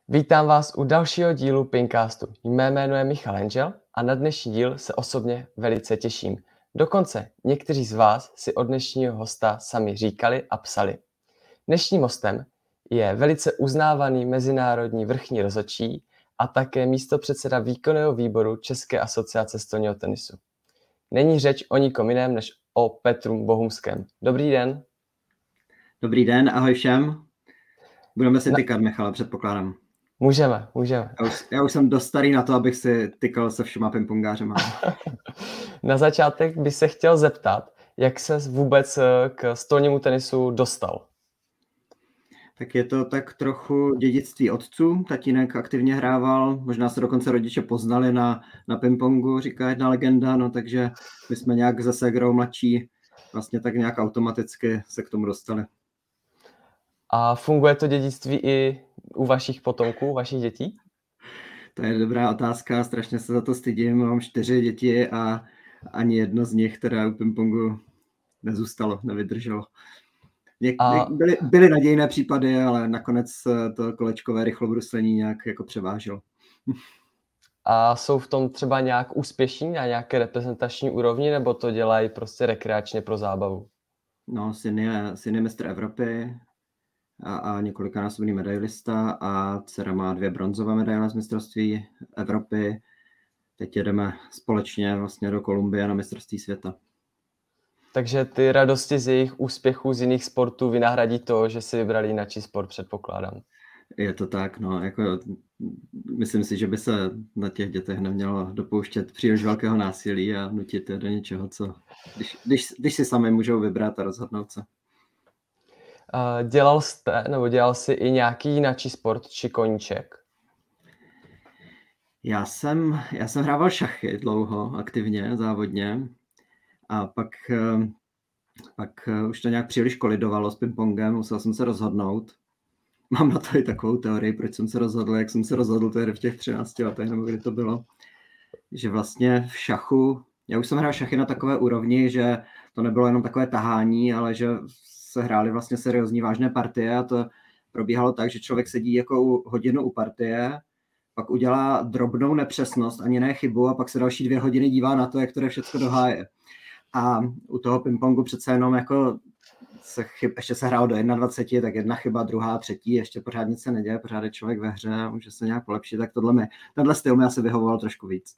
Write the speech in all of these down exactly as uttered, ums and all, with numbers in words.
Vítám vás u dalšího dílu Pincastu. Mé jméno je Michal Henžel a na dnešní díl se osobně velice těším. Dokonce někteří z vás si od dnešního hosta sami říkali a psali. Dnešním hostem je velice uznávaný mezinárodní vrchní rozhodčí a také místopředseda výkonného výboru České asociace stolního tenisu. Není řeč o nikom jiném než o Petru Bohumském. Dobrý den. Dobrý den, ahoj všem. Budeme si Na... tykat, Michala, předpokládám. Můžeme, můžeme. Já už, já už jsem dost starý na to, abych si tykal se všema pingpongářema. Na začátek bych se chtěl zeptat, jak ses vůbec k stolnímu tenisu dostal? Tak je to tak trochu dědictví otců. Tatínek aktivně hrával, možná se dokonce rodiče poznali na, na pingpongu, říká jedna legenda, no takže my jsme nějak ze ségrou mladší vlastně tak nějak automaticky se k tomu dostali. A funguje to dědictví i u vašich potomků, vašich dětí? To je dobrá otázka, strašně se za to stydím. Mám čtyři děti a ani jedno z nich teda u pingpongu nezůstalo, nevydrželo. Něk, a... byly, byly nadějné případy, ale nakonec to kolečkové rychlobruslení nějak jako převážilo. A jsou v tom třeba nějak úspěšní na nějaké reprezentační úrovni, nebo to dělají prostě rekreačně pro zábavu? No, syn je, syn je mistr Evropy a, a několikanásobný medailista a dcera má dvě bronzové medaile z mistrovství Evropy. Teď jedeme společně vlastně do Kolumbie na mistrovství světa. Takže ty radosti z jejich úspěchů z jiných sportů vynahradí to, že si vybrali jináčí sport, předpokládám. Je to tak, no, jako myslím si, že by se na těch dětech nemělo dopouštět příliš velkého násilí a nutit je do něčeho, co, když, když, když si sami můžou vybrat a rozhodnout se. Dělal jste, nebo dělal jsi i nějaký jináčí sport či koníček? Já jsem, já jsem hrával šachy dlouho, aktivně, závodně a pak, pak už to nějak příliš kolidovalo s pingpongem, musel jsem se rozhodnout. Mám na to i takovou teorii, proč jsem se rozhodl, jak jsem se rozhodl tedy v těch třinácti letech, nebo kdy to bylo, že vlastně v šachu, já už jsem hrál šachy na takové úrovni, že to nebylo jenom takové tahání, ale že se hrály vlastně seriózní vážné partie a to probíhalo tak, že člověk sedí jako hodinu u partie, pak udělá drobnou nepřesnost, ani ne chybu a pak se další dvě hodiny dívá na to, jak to jde všechno do háje. A u toho pingpongu přece jenom jako se chyb, ještě se hrálo do dvacet jedna, tak jedna chyba, druhá, třetí, ještě pořád nic se neděje, pořád je člověk ve hře a může se nějak polepšit, tak tohle mi, tenhle styl mi asi vyhovoval trošku víc.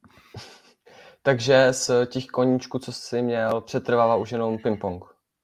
Takže z těch koníčků, co jsi měl, přetrvává už jenom ping-pong?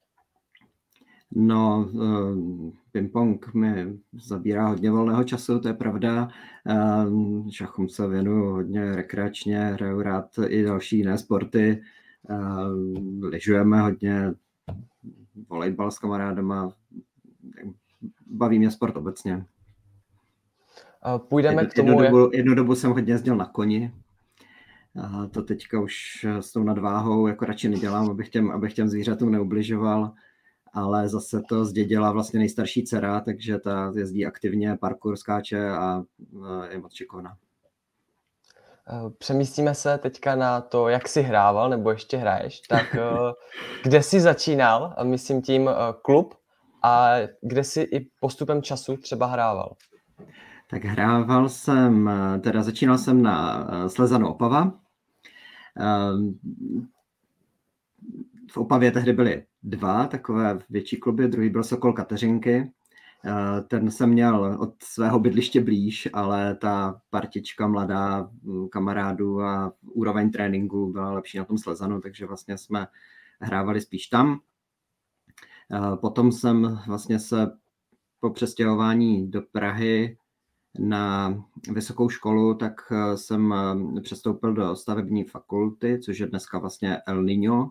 No, uh, ping-pong mi zabírá hodně volného času, to je pravda. Uh, šachům se věnuju hodně rekreačně, hraju rád i další jiné sporty. Uh, lyžujeme hodně, volejbal s kamarádama, baví mě sport obecně. Půjdeme jednu, k tomu, jednu, dobu, jak... jednu dobu jsem hodně jezdil na koni. A to teďka už s tou nadváhou jako radši nedělám, abych těm, abych těm zvířatům neubližoval, ale zase to zdědila vlastně nejstarší dcera, takže ta jezdí aktivně, parkour skáče a je moc šikovná. Přemístíme se teďka na to, jak jsi hrával, nebo ještě hraješ, tak kde jsi začínal, myslím tím klub, a kde jsi i postupem času třeba hrával? Tak hrával jsem, teda začínal jsem na Slezanu Opava. V Opavě tehdy byly dva takové větší kluby, druhý byl Sokol Kateřinky. Ten jsem měl od svého bydliště blíž, ale ta partička mladá kamarádů a úroveň tréninku byla lepší na tom Slezanu, takže vlastně jsme hrávali spíš tam. Potom jsem vlastně se po přestěhování do Prahy na vysokou školu, tak jsem přestoupil do stavební fakulty, což je dneska vlastně El Niño.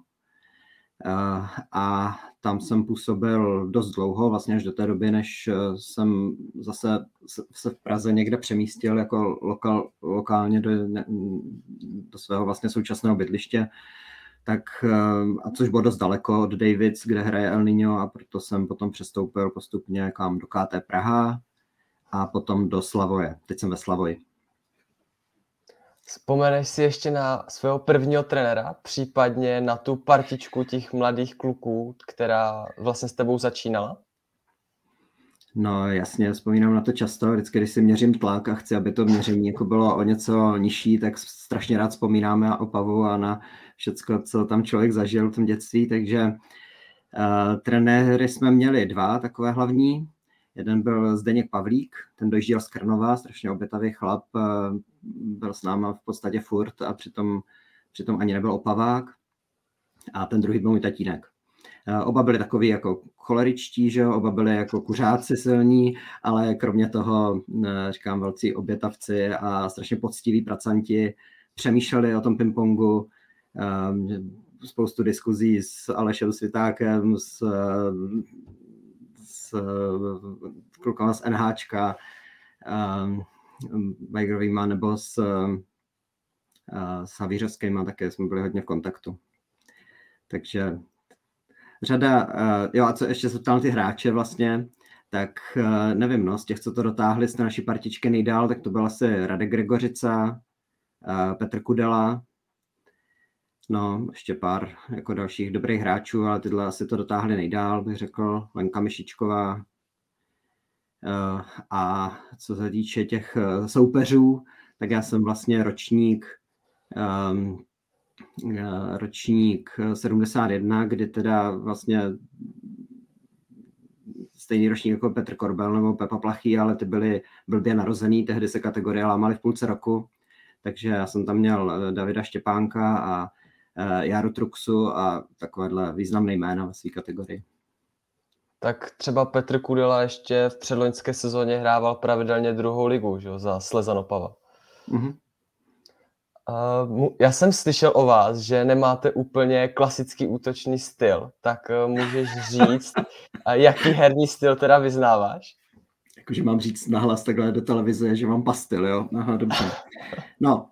A tam jsem působil dost dlouho, vlastně až do té doby, než jsem zase se v Praze někde přemístil jako lokal, lokálně do, do svého vlastně současného bydliště. Tak, a což bylo dost daleko od Davids, kde hraje El Niño, a proto jsem potom přestoupil postupně kam do K T Praha a potom do Slavoje. Teď jsem ve Slavoji. Vzpomeneš si ještě na svého prvního trenéra, případně na tu partičku těch mladých kluků, která vlastně s tebou začínala? No jasně, vzpomínám na to často, vždycky, když si měřím tlak a chci, aby to měření jako bylo o něco nižší, tak strašně rád vzpomínáme na Opavu a na všecko, co tam člověk zažil v tom dětství, takže uh, trenéry jsme měli dva takové hlavní. Jeden byl Zdeněk Pavlík, ten dojížděl z Krnova, strašně obětavý chlap, uh, byl s náma v podstatě furt a přitom, přitom ani nebyl Opavák. A ten druhý byl můj tatínek. Oba byli takový jako choleričtí, že jo? Oba byli jako kuřáci silní, ale kromě toho, říkám, velcí obětavci a strašně poctiví pracanti, přemýšleli o tom pingpongu, spoustu diskuzí s Alešem Svitákem, s, s klukama z NHčka, Vajgrovýma nebo s, s Havířovskýma, také jsme byli hodně v kontaktu. Takže řada, jo a co ještě se ptal ty hráče vlastně, tak nevím, no, z těch, co to dotáhli z té naší partičky nejdál, tak to byl asi Radek Gregořica, Petr Kudela, no, ještě pár jako dalších dobrých hráčů, ale tyhle asi to dotáhli nejdál, bych řekl, Lenka Myšičková. A co se týče těch soupeřů, tak já jsem vlastně ročník um, ročník sedmdesát jedna, kdy teda vlastně stejný ročník jako Petr Korbel nebo Pepa Plachý, ale ty byly blbě narozený, tehdy se kategorie lámaly v půlce roku, takže já jsem tam měl Davida Štěpánka a Járu Truxu a takovéhle významné jména ve své kategorii. Tak třeba Petr Kudela ještě v předloňské sezóně hrával pravidelně druhou ligu, že, za Slezan Opava. Mm-hmm. Uh, já jsem slyšel o vás, že nemáte úplně klasický útočný styl, tak uh, můžeš říct, uh, jaký herní styl teda vyznáváš? Jakože mám říct nahlas takhle do televize, že mám pastel, jo? Aha, dobře. No,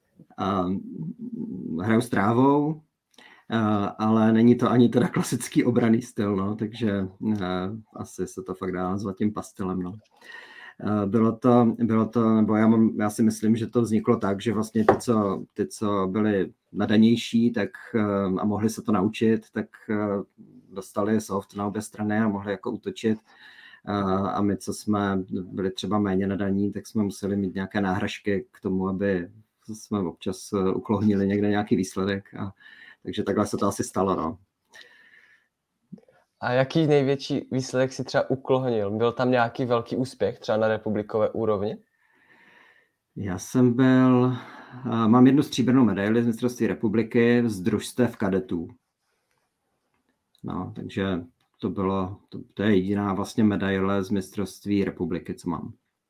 uh, hraju s trávou, uh, ale není to ani teda klasický obranný styl, no, takže uh, asi se to fakt dá nazvat tím pastelem, no. Bylo to, bylo to, nebo já, mám, já si myslím, že to vzniklo tak, že vlastně ty, co, ty, co byli nadanější tak, a mohli se to naučit, tak dostali soft na obě strany a mohli jako útočit. A my, co jsme byli třeba méně nadaní, tak jsme museli mít nějaké náhražky k tomu, aby jsme občas uklohnili někde nějaký výsledek. A, takže takhle se to asi stalo, no. A jaký největší výsledek si třeba uklohnil? Byl tam nějaký velký úspěch, třeba na republikové úrovni? Já jsem byl, mám jednu stříbrnou medaili z mistrovství republiky z družstev kadetů. No, takže to bylo, to, to je jediná vlastně medaile z mistrovství republiky, co mám.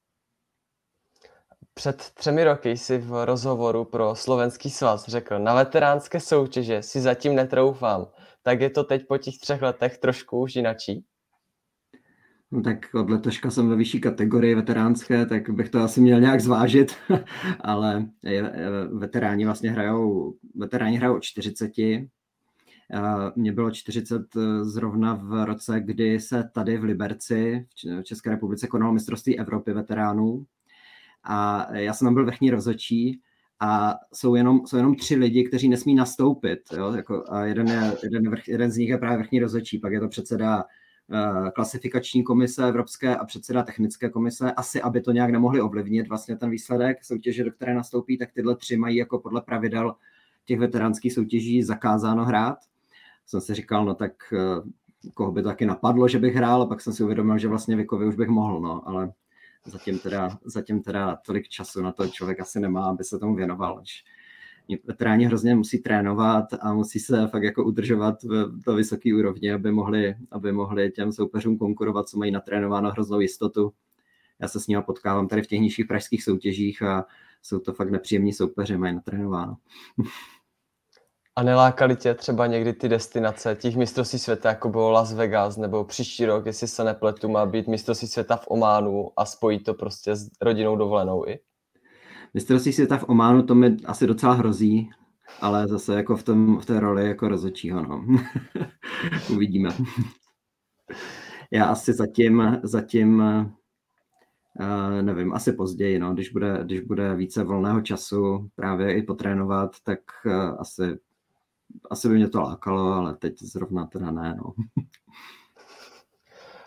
Před třemi roky jsi v rozhovoru pro Slovenský svaz řekl, na veteránské soutěže si zatím netroufám. Tak je to teď po těch třech letech trošku už jinačí? No tak od letoška jsem ve vyšší kategorii veteránské, tak bych to asi měl nějak zvážit, ale veteráni vlastně hrajou, veteráni hrajou od čtyřiceti. Mně bylo čtyřicet zrovna v roce, kdy se tady v Liberci v České republice konalo mistrovství Evropy veteránů. A já jsem tam byl vrchní rozhodčí a jsou jenom, jsou jenom tři lidi, kteří nesmí nastoupit. Jo? Jako, a jeden, je, jeden, vrch, jeden z nich je právě vrchní rozhodčí, pak je to předseda uh, klasifikační komise evropské a předseda technické komise. Asi, aby to nějak nemohli ovlivnit vlastně ten výsledek soutěže, do které nastoupí, tak tyhle tři mají jako podle pravidel těch veteránských soutěží zakázáno hrát. Jsem si říkal, no tak uh, koho by to taky napadlo, že bych hrál, a pak jsem si uvědomil, že vlastně věkově už bych mohl, no, ale Zatím teda, zatím teda tolik času na to člověk asi nemá, aby se tomu věnoval. Veteráni hrozně musí trénovat a musí se fakt jako udržovat v to vysoké úrovni, aby mohli, aby mohli těm soupeřům konkurovat, co mají natrénováno hroznou jistotu. Já se s nimi potkávám tady v těch nižších pražských soutěžích a jsou to fakt nepříjemní soupeři, mají natrénováno. A nelákali tě třeba někdy ty destinace těch mistrovství světa, jako bylo Las Vegas, nebo příští rok, jestli se nepletu, má být mistrovství světa v Ománu a spojí to prostě s rodinou dovolenou i? Mistrovství světa v Ománu to mi asi docela hrozí, ale zase jako v, tom, v té roli jako rozhodčího, no. Uvidíme. Já asi zatím, zatím uh, nevím, asi později, no, když bude, když bude více volného času právě i potrénovat, tak uh, asi Asi by mě to lákalo, ale teď zrovna teda ne, no.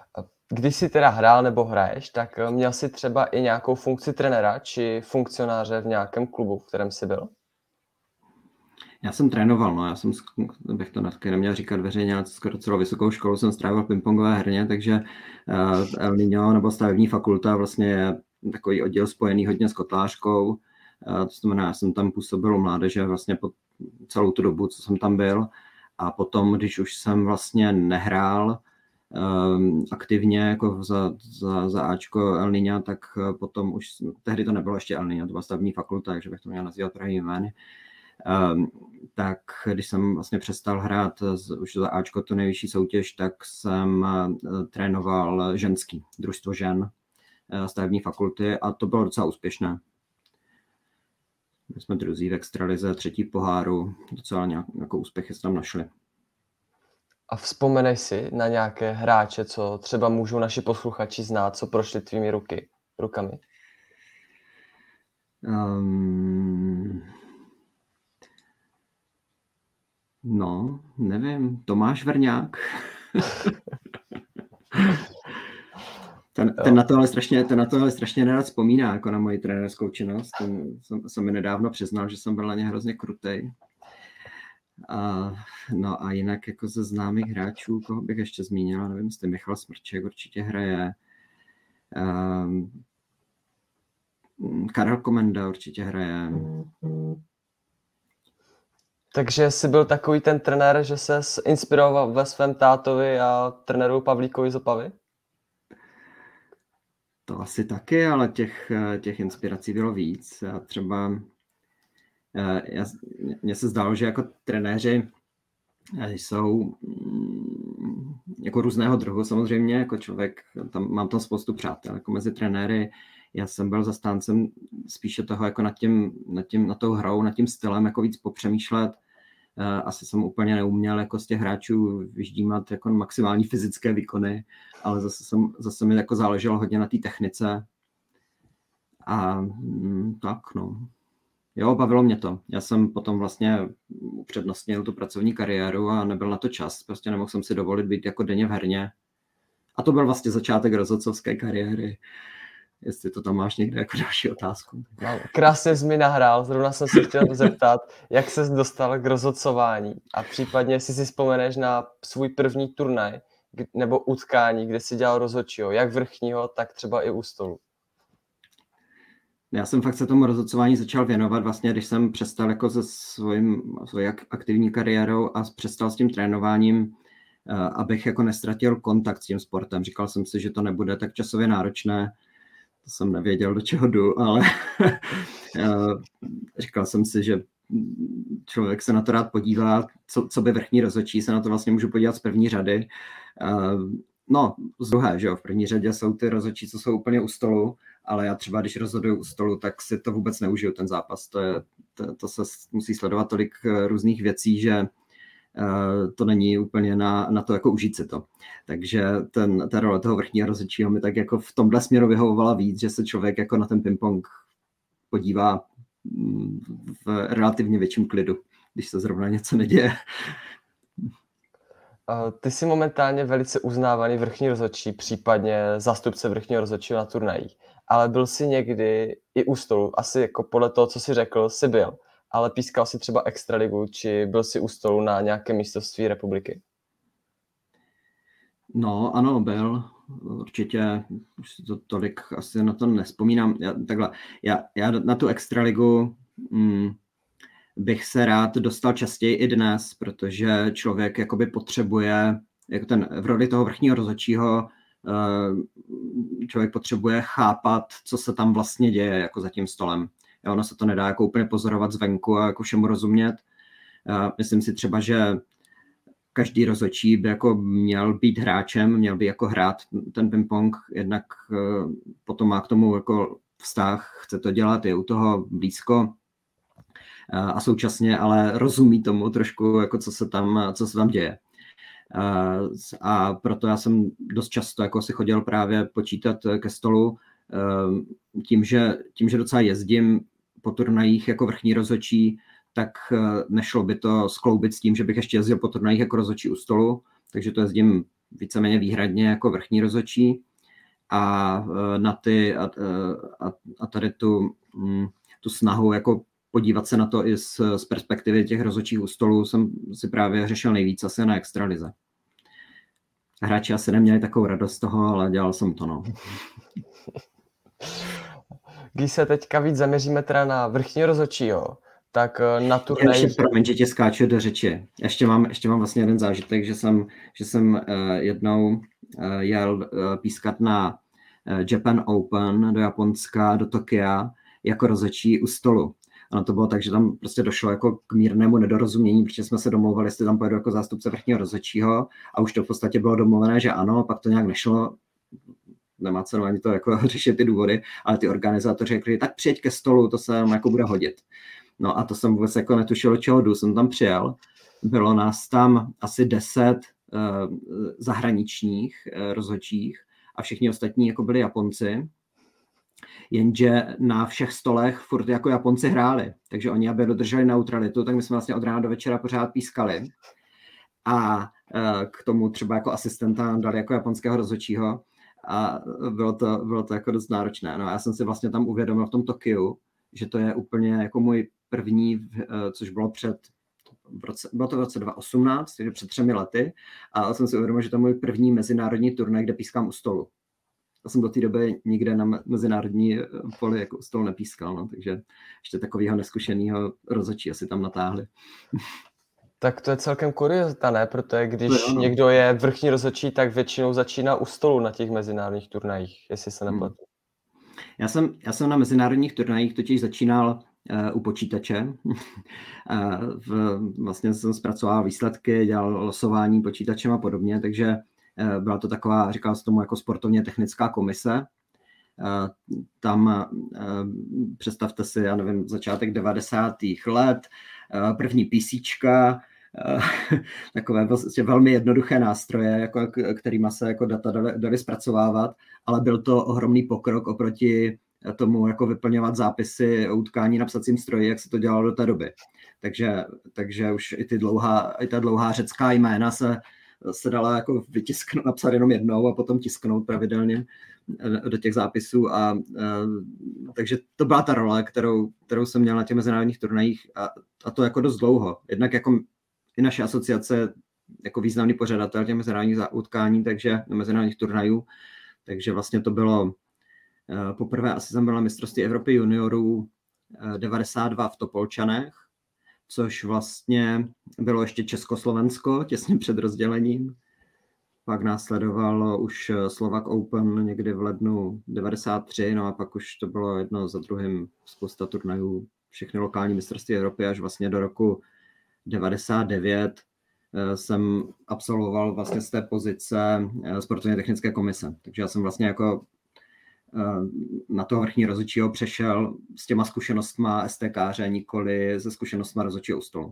Když jsi teda hrál nebo hraješ, tak měl jsi třeba i nějakou funkci trenéra či funkcionáře v nějakém klubu, v kterém jsi byl? Já jsem trénoval, no, já jsem, bych to taky neměl říkat veřejně, ale skoro celou vysokou školu jsem strávil v pingpongové herně, takže uh, El Niño nebo stavební fakulta vlastně je takový oddíl spojený hodně s kotlářkou, uh, to znamená, já jsem tam působil u mládeže vlastně po celou tu dobu, co jsem tam byl, a potom, když už jsem vlastně nehrál um, aktivně jako za, za, za Ačko El Niño, tak potom už, tehdy to nebylo ještě El Niño, to byla stavební fakulta, takže bych to měl nazývat pravým jmény. Um, tak když jsem vlastně přestal hrát z, už za Ačko tu nejvyšší soutěž, tak jsem uh, trénoval ženský, družstvo žen uh, stavební fakulty a to bylo docela úspěšné. My jsme druzí v extralize, třetí poháru, docela nějak, nějakou úspěchy se tam našli. A vzpomeneš si na nějaké hráče, co třeba můžou naši posluchači znát, co prošli tvými ruky, rukami? Um, no, nevím, Tomáš Vrňák. Ten, ten, na to ale strašně, ten na to ale strašně nerad vzpomíná, jako na moji trenérskou činnost. Ten jsem, jsem mi nedávno přiznal, že jsem byl na ně hrozně krutej. A, no a jinak jako ze známých hráčů, koho bych ještě zmínila, nevím, jestli Michal Smrček určitě hraje. Um, Karel Komenda určitě hraje. Takže jsi byl takový ten trenér, že se inspiroval ve svém tátovi a trenéru Pavlíkovi z Opavy? To asi taky, ale těch, těch inspirací bylo víc. A třeba já, mně se zdálo, že jako trenéři jsou jako různého druhu samozřejmě, jako člověk, tam, mám tam spoustu přátel, jako mezi trenéry. Já jsem byl zastáncem spíše toho, jako nad tím, nad tím, nad tou hrou, nad tím stylem, jako víc popřemýšlet. Asi jsem úplně neuměl jako z těch hráčů vyždímat jako maximální fyzické výkony, ale zase, jsem, zase mi jako záleželo hodně na té technice. A tak no. Jo, bavilo mě to. Já jsem potom vlastně upřednostnil tu pracovní kariéru a nebyl na to čas. Prostě nemohl jsem si dovolit být jako denně v herně. A to byl vlastně začátek rozhodcovské kariéry. Jestli to tam máš někde jako další otázku. No, krásně jsi mi nahrál. Zrovna jsem se chtěl zeptat, jak ses dostal k rozhodcování a případně, jestli si vzpomeneš na svůj první turnaj nebo utkání, kde jsi dělal rozhodčího, jak vrchního, tak třeba i u stolu. Já jsem fakt se tomu rozhodcování začal věnovat vlastně, když jsem přestal jako se svým, svojí aktivní kariérou a přestal s tím trénováním, abych jako nestratil kontakt s tím sportem. Říkal jsem si, že to nebude tak časově náročné. To jsem nevěděl, do čeho jdu, ale říkal jsem si, že člověk se na to rád podívá, co, co by vrchní rozhodčí, se na to vlastně můžu podívat z první řady. No, z druhé, že jo, v první řadě jsou ty rozhodčí, co jsou úplně u stolu, ale já třeba, když rozhoduju u stolu, tak si to vůbec neužiju, ten zápas. To, je, to, to se musí sledovat tolik různých věcí, že uh, to není úplně na, na to, jako užít si to. Takže ten, ta role toho vrchního rozhodčího mi tak jako v tomhle směru vyhovovala víc, že se člověk jako na ten ping-pong podívá v relativně větším klidu, když se zrovna něco neděje. Ty jsi momentálně velice uznávaný vrchní rozhodčí, případně zástupce vrchního rozhodčího na turnajích, ale byl jsi někdy i u stolu, asi jako podle toho, co jsi řekl, jsi byl, ale pískal jsi třeba extraligu, či byl jsi u stolu na nějaké mistrovství republiky? No, ano, byl. Určitě, už si to tolik asi na to nespomínám. Já, takhle, já, já na tu extraligu mm, bych se rád dostal častěji i dnes, protože člověk jakoby potřebuje, jako ten v roli toho vrchního rozhodčího, člověk potřebuje chápat, co se tam vlastně děje jako za tím stolem. Jo, ono se to nedá jako úplně pozorovat zvenku a jako všemu rozumět. Myslím si třeba, že každý rozhodčí by jako měl být hráčem, měl by jako hrát ten ping-pong, jednak potom má k tomu jako vztah, chce to dělat, je u toho blízko a současně ale rozumí tomu trošku, jako co se tam, co se tam děje. A proto já jsem dost často jako si chodil právě počítat ke stolu, tím, že, tím, že docela jezdím po turnajích jako vrchní rozhodčí, tak nešlo by to skloubit s tím, že bych ještě jezdil po turnajích jako rozhodčí u stolu, takže to jezdím víceméně výhradně jako vrchní rozhodčí a na ty a, a, a tady tu, tu snahu jako podívat se na to i z, z perspektivy těch rozhodčích u stolu jsem si právě řešil nejvíc asi na extralize. Hráči asi neměli takovou radost z toho, ale dělal jsem to, no. Když se teďka víc zaměříme teda na vrchního rozhodčího, tak na turnajích... Ještě, promiň, že tě skáču do řeči. Ještě mám, ještě mám vlastně jeden zážitek, že jsem, že jsem uh, jednou uh, jel uh, pískat na uh, Japan Open do Japonska, do Tokia, jako rozhodčí u stolu. Ano, to bylo tak, že tam prostě došlo jako k mírnému nedorozumění, protože jsme se domlouvali, jestli tam pojedu jako zástupce vrchního rozhodčího a už to v podstatě bylo domluvené, že ano, pak to nějak nešlo, nemá cenu ani to jako řešit ty důvody, ale ty organizátoři řekli, tak přijeď ke stolu, to se jako bude hodit. No a to jsem vůbec jako netušil, čeho jdu, jsem tam přijel, bylo nás tam asi deset uh, zahraničních uh, rozhodčích a všichni ostatní jako byli Japonci. Jenže na všech stolech furt jako Japonci hráli, takže oni, aby dodrželi neutralitu, tak my jsme vlastně od rána do večera pořád pískali a k tomu třeba jako asistenta dali jako japonského rozhodčího a bylo to, bylo to jako dost náročné. No a já jsem si vlastně tam uvědomil v tom Tokiu, že to je úplně jako můj první, což bylo před, v roce, bylo to v roce dva tisíce osmnáct, takže před třemi lety, a jsem si uvědomil, že to je můj první mezinárodní turnaj, kde pískám u stolu. Já jsem do té doby nikde na mezinárodní poli jako u stolu nepískal, no, takže ještě takového neskušeného rozhodčí asi tam natáhli. Tak to je celkem kuriozita, ne? Protože když je ono. někdo je vrchní rozhodčí, tak většinou začíná u stolu na těch mezinárodních turnajích, jestli se nepletu. Hmm. Já jsem, já jsem na mezinárodních turnajích totiž začínal uh, u počítače. uh, v, vlastně jsem zpracoval výsledky, dělal losování počítačem a podobně, takže uh, byla to taková, říkal jsem tomu, jako sportovně technická komise. Uh, tam uh, představte si, já nevím, začátek devadesátých let, uh, první PCčka, uh, takové vlastně velmi jednoduché nástroje, jako, kterýma se jako data dali, dali zpracovávat, ale byl to ohromný pokrok oproti tomu jako vyplňovat zápisy o utkání na psacím stroji, jak se to dělalo do té doby. Takže, takže už i, ty dlouhá, i ta dlouhá řecká jména se, se dala jako vytisknout, napsat jenom jednou a potom tisknout pravidelně do těch zápisů. A, a, takže to byla ta role, kterou, kterou jsem měl na těch mezinárodních turnajích a, a to jako dost dlouho. Jednak jako i naše asociace jako významný pořadatel těch mezinárodních utkání, takže na mezinárodních turnajů. Takže vlastně to bylo poprvé asi jsem byl na mistrovství Evropy juniorů devadesát dva v Topolčanech, což vlastně bylo ještě Československo těsně před rozdělením. Pak následovalo už Slovak Open někdy v lednu devadesát tři, no a pak už to bylo jedno za druhým spousta turnajů, všechny lokální mistrovství Evropy až vlastně do roku devadesát devět jsem absolvoval vlastně z té pozice sportovně technické komise. Takže já jsem vlastně jako na toho vrchní rozhodčího přešel s těma zkušenostma STKáře, nikoli se zkušenostma rozhodčího u stolu.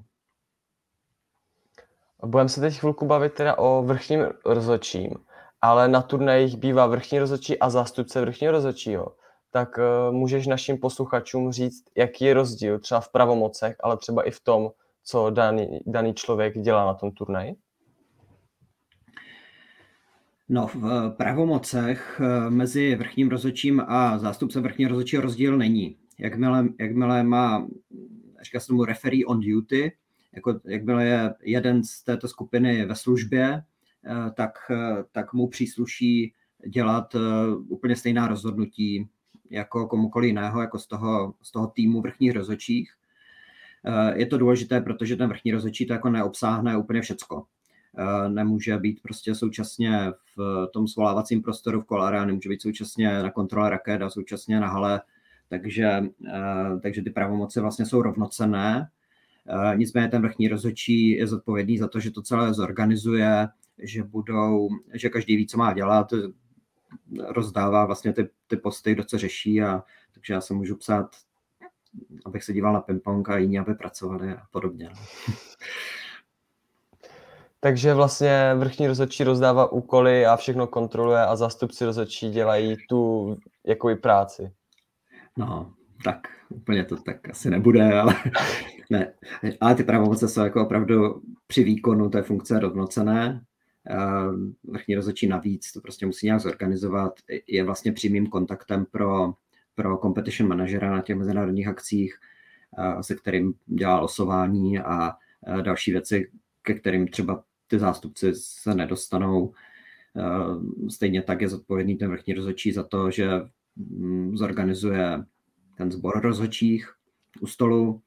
Budeme se teď chvilku bavit teda o vrchním rozhodčím, ale na turnajích bývá vrchní rozhodčí a zástupce vrchního rozhodčího. Tak uh, můžeš našim posluchačům říct, jaký je rozdíl třeba v pravomocech, ale třeba i v tom, co daný, daný člověk dělá na tom turnaji? No, v pravomocech mezi vrchním rozhodčím a zástupcem vrchního rozhodčího rozdíl není. Jakmile, jakmile má, říká se tomu referee on duty, jako jakmile je jeden z této skupiny ve službě, tak, tak mu přísluší dělat úplně stejná rozhodnutí jako komukoliv jiného, jako z toho, z toho týmu vrchních rozhodčích. Je to důležité, protože ten vrchní rozhodčí to jako neobsáhne úplně všecko. Nemůže být prostě současně v tom svolávacím prostoru v Kolare, nemůže být současně na kontrole raket a současně na hale, takže, takže ty pravomoci vlastně jsou rovnocenné. Nicméně ten vrchní rozhodčí je zodpovědný za to, že to celé zorganizuje, že budou, že každý ví, co má dělat, rozdává vlastně ty, ty posty, kdo co řeší, a takže já se můžu psát, abych se díval na ping-pong a jiní, aby pracovali a podobně. Takže vlastně vrchní rozhodčí rozdává úkoly a všechno kontroluje a zástupci rozhodčí dělají tu jakoby práci. No, tak úplně to tak asi nebude, ale ne. Ale ty pravomoce jsou jako opravdu při výkonu té funkce rovnocenné. Vrchní rozhodčí navíc to prostě musí nějak zorganizovat, je vlastně přímým kontaktem pro, pro competition manažera na těch mezinárodních akcích, se kterým dělá losování a další věci, ke kterým třeba ty zástupci se nedostanou. Stejně tak je zodpovědný ten vrchní rozhodčí za to, že zorganizuje ten sbor rozhodčích u stolu.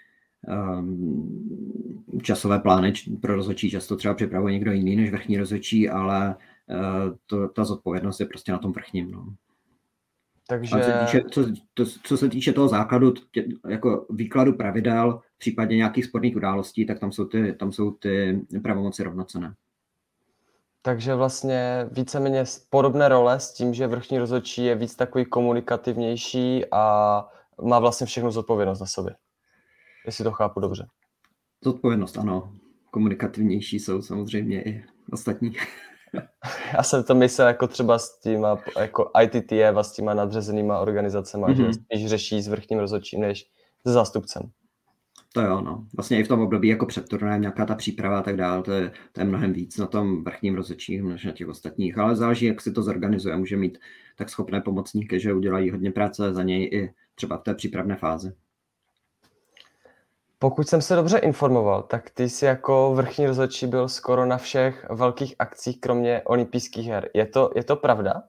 Časové plány pro rozhodčí často třeba připravuje někdo jiný než vrchní rozhodčí, ale to, ta zodpovědnost je prostě na tom vrchním. No. Takže... A co, týče, co, to, co se týče toho základu, tě, jako výkladu pravidel, v případě nějakých sporných událostí, tak tam jsou ty, tam jsou ty pravomoci rovnocenné. Takže vlastně víceméně podobné role s tím, že vrchní rozhodčí je víc takový komunikativnější a má vlastně všechnu zodpovědnost na sobě. Jestli to chápu dobře. Zodpovědnost, ano. Komunikativnější jsou samozřejmě i ostatní. Já jsem to myslel jako třeba s těma jako I T T F a s těma nadřazenýma organizacemi, mm-hmm. že spíš řeší s vrchním rozhodčím než s zástupcem. To jo, no. Vlastně i v tom období jako před turnajem nějaká ta příprava a tak dále, to je, to je mnohem víc na tom vrchním rozhodčím než na těch ostatních, ale záleží, jak si to zorganizuje. Může mít tak schopné pomocníky, že udělají hodně práce za něj i třeba v té přípravné fázi. Pokud jsem se dobře informoval, tak ty jsi jako vrchní rozhodčí byl skoro na všech velkých akcích, kromě olympijských her. Je to, je to pravda?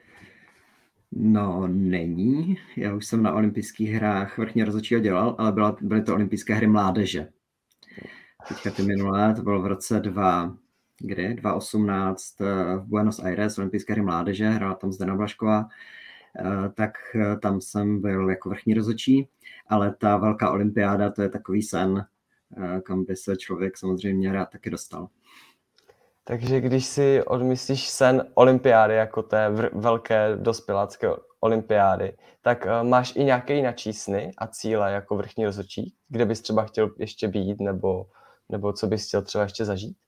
No, není. Já už jsem na olympijských hrách vrchní rozhodčího dělal, ale byla, byly to olympijské hry mládeže. Teďka ty minulé, to bylo v roce dva, kdy? dva tisíce osmnáct v Buenos Aires, olympijské hry mládeže, hrála tam Zdena Blažková, tak tam jsem byl jako vrchní rozhodčí, ale ta velká olympiáda, to je takový sen, kam by se člověk samozřejmě rád taky dostal. Takže když si odmyslíš sen olympiády jako té velké dospělácké olympiády, tak uh, máš i nějaké jiné sny a cíle jako vrchní rozhodčí, kde bys třeba chtěl ještě být, nebo, nebo co bys chtěl třeba ještě zažít?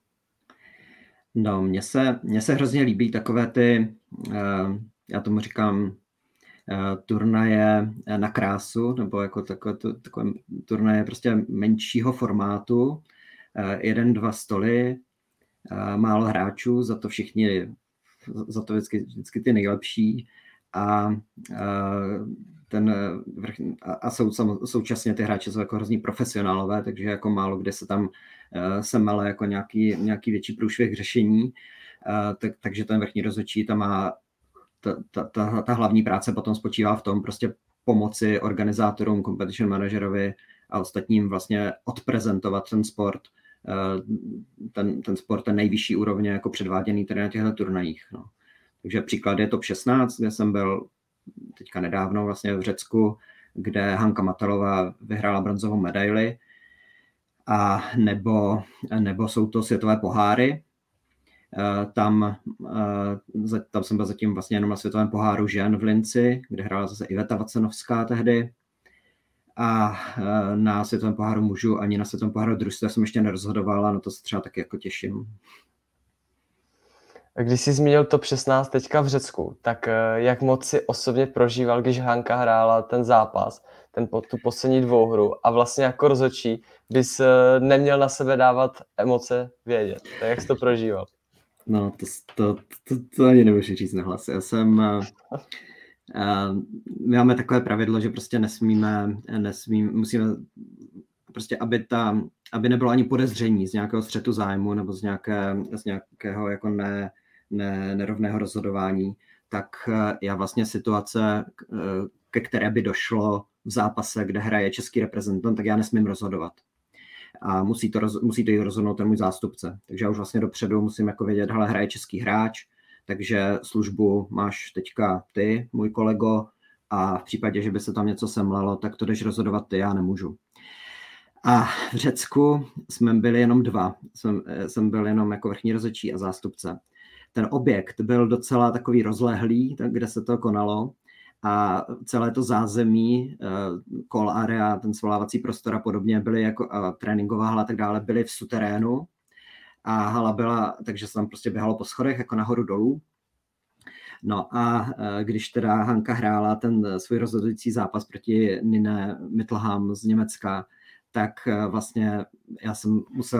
No, mně se, mně se hrozně líbí takové ty, uh, já tomu říkám, uh, turnaje na krásu, nebo jako takové, takové turnaje prostě menšího formátu, uh, jeden, dva stoly, málo hráčů, za to všichni, za to vždycky, vždycky ty nejlepší a, ten vrch, a jsou současně ty hráči jsou jako hrozný profesionálové, takže jako málo kde se tam semele jako nějaký, nějaký větší průšvih řešení, tak, takže ten vrchní rozhodčí tam má ta, ta, ta, ta hlavní práce potom spočívá v tom prostě pomoci organizátorům, competition manažerovi a ostatním vlastně odprezentovat ten sport, Ten, ten sport ten nejvyšší úrovně jako předváděný tady na těchto turnajích. No. Takže příklad je top šestnáct, kde jsem byl teďka nedávno vlastně v Řecku, kde Hanka Matalová vyhrála bronzovou medaili, a nebo, nebo jsou to světové poháry. Tam, tam jsem byl zatím vlastně jenom na světovém poháru žen v Linci, kde hrála zase Iveta Vacenovská tehdy. A na světovém poháru mužů ani na světovém poháru družstev jsem ještě nerozhodovala, na to se třeba taky jako těším. Když jsi zmínil top šestnáct teďka v Řecku, tak jak moc si osobně prožíval, když Hanka hrála ten zápas, ten, tu poslední dvouhru a vlastně jako rozhodčí bys neměl na sebe dávat emoce vědět. Tak jak jsi to prožíval? No, to, to, to, to ani nemůžu říct nahlas. Já jsem... Uh, my máme takové pravidlo, že prostě nesmíme, nesmíme, musíme prostě, aby, ta, aby nebylo ani podezření z nějakého střetu zájmu nebo z, nějaké, z nějakého jako ne, ne, nerovného rozhodování, tak já vlastně situace, ke které by došlo v zápase, kde hraje český reprezentant, tak já nesmím rozhodovat. A musí to, roz, musí to jít rozhodnout ten můj zástupce. Takže já už vlastně dopředu musím jako vědět, hele, hraje český hráč, takže službu máš teďka ty, můj kolego, a v případě, že by se tam něco semlelo, tak to jdeš rozhodovat ty, já nemůžu. A v Řecku jsme byli jenom dva. Jsem, jsem byl jenom jako vrchní rozhodčí a zástupce. Ten objekt byl docela takový rozlehlý, kde se to konalo, a celé to zázemí, call area, ten svolávací prostor a podobně, byly jako a tréninková hala a tak dále, byly v suterénu. A hala byla, takže se tam prostě běhalo po schodech, jako nahoru dolů. No a když teda Hanka hrála ten svůj rozhodující zápas proti Nine Mittelham z Německa, tak vlastně já jsem musel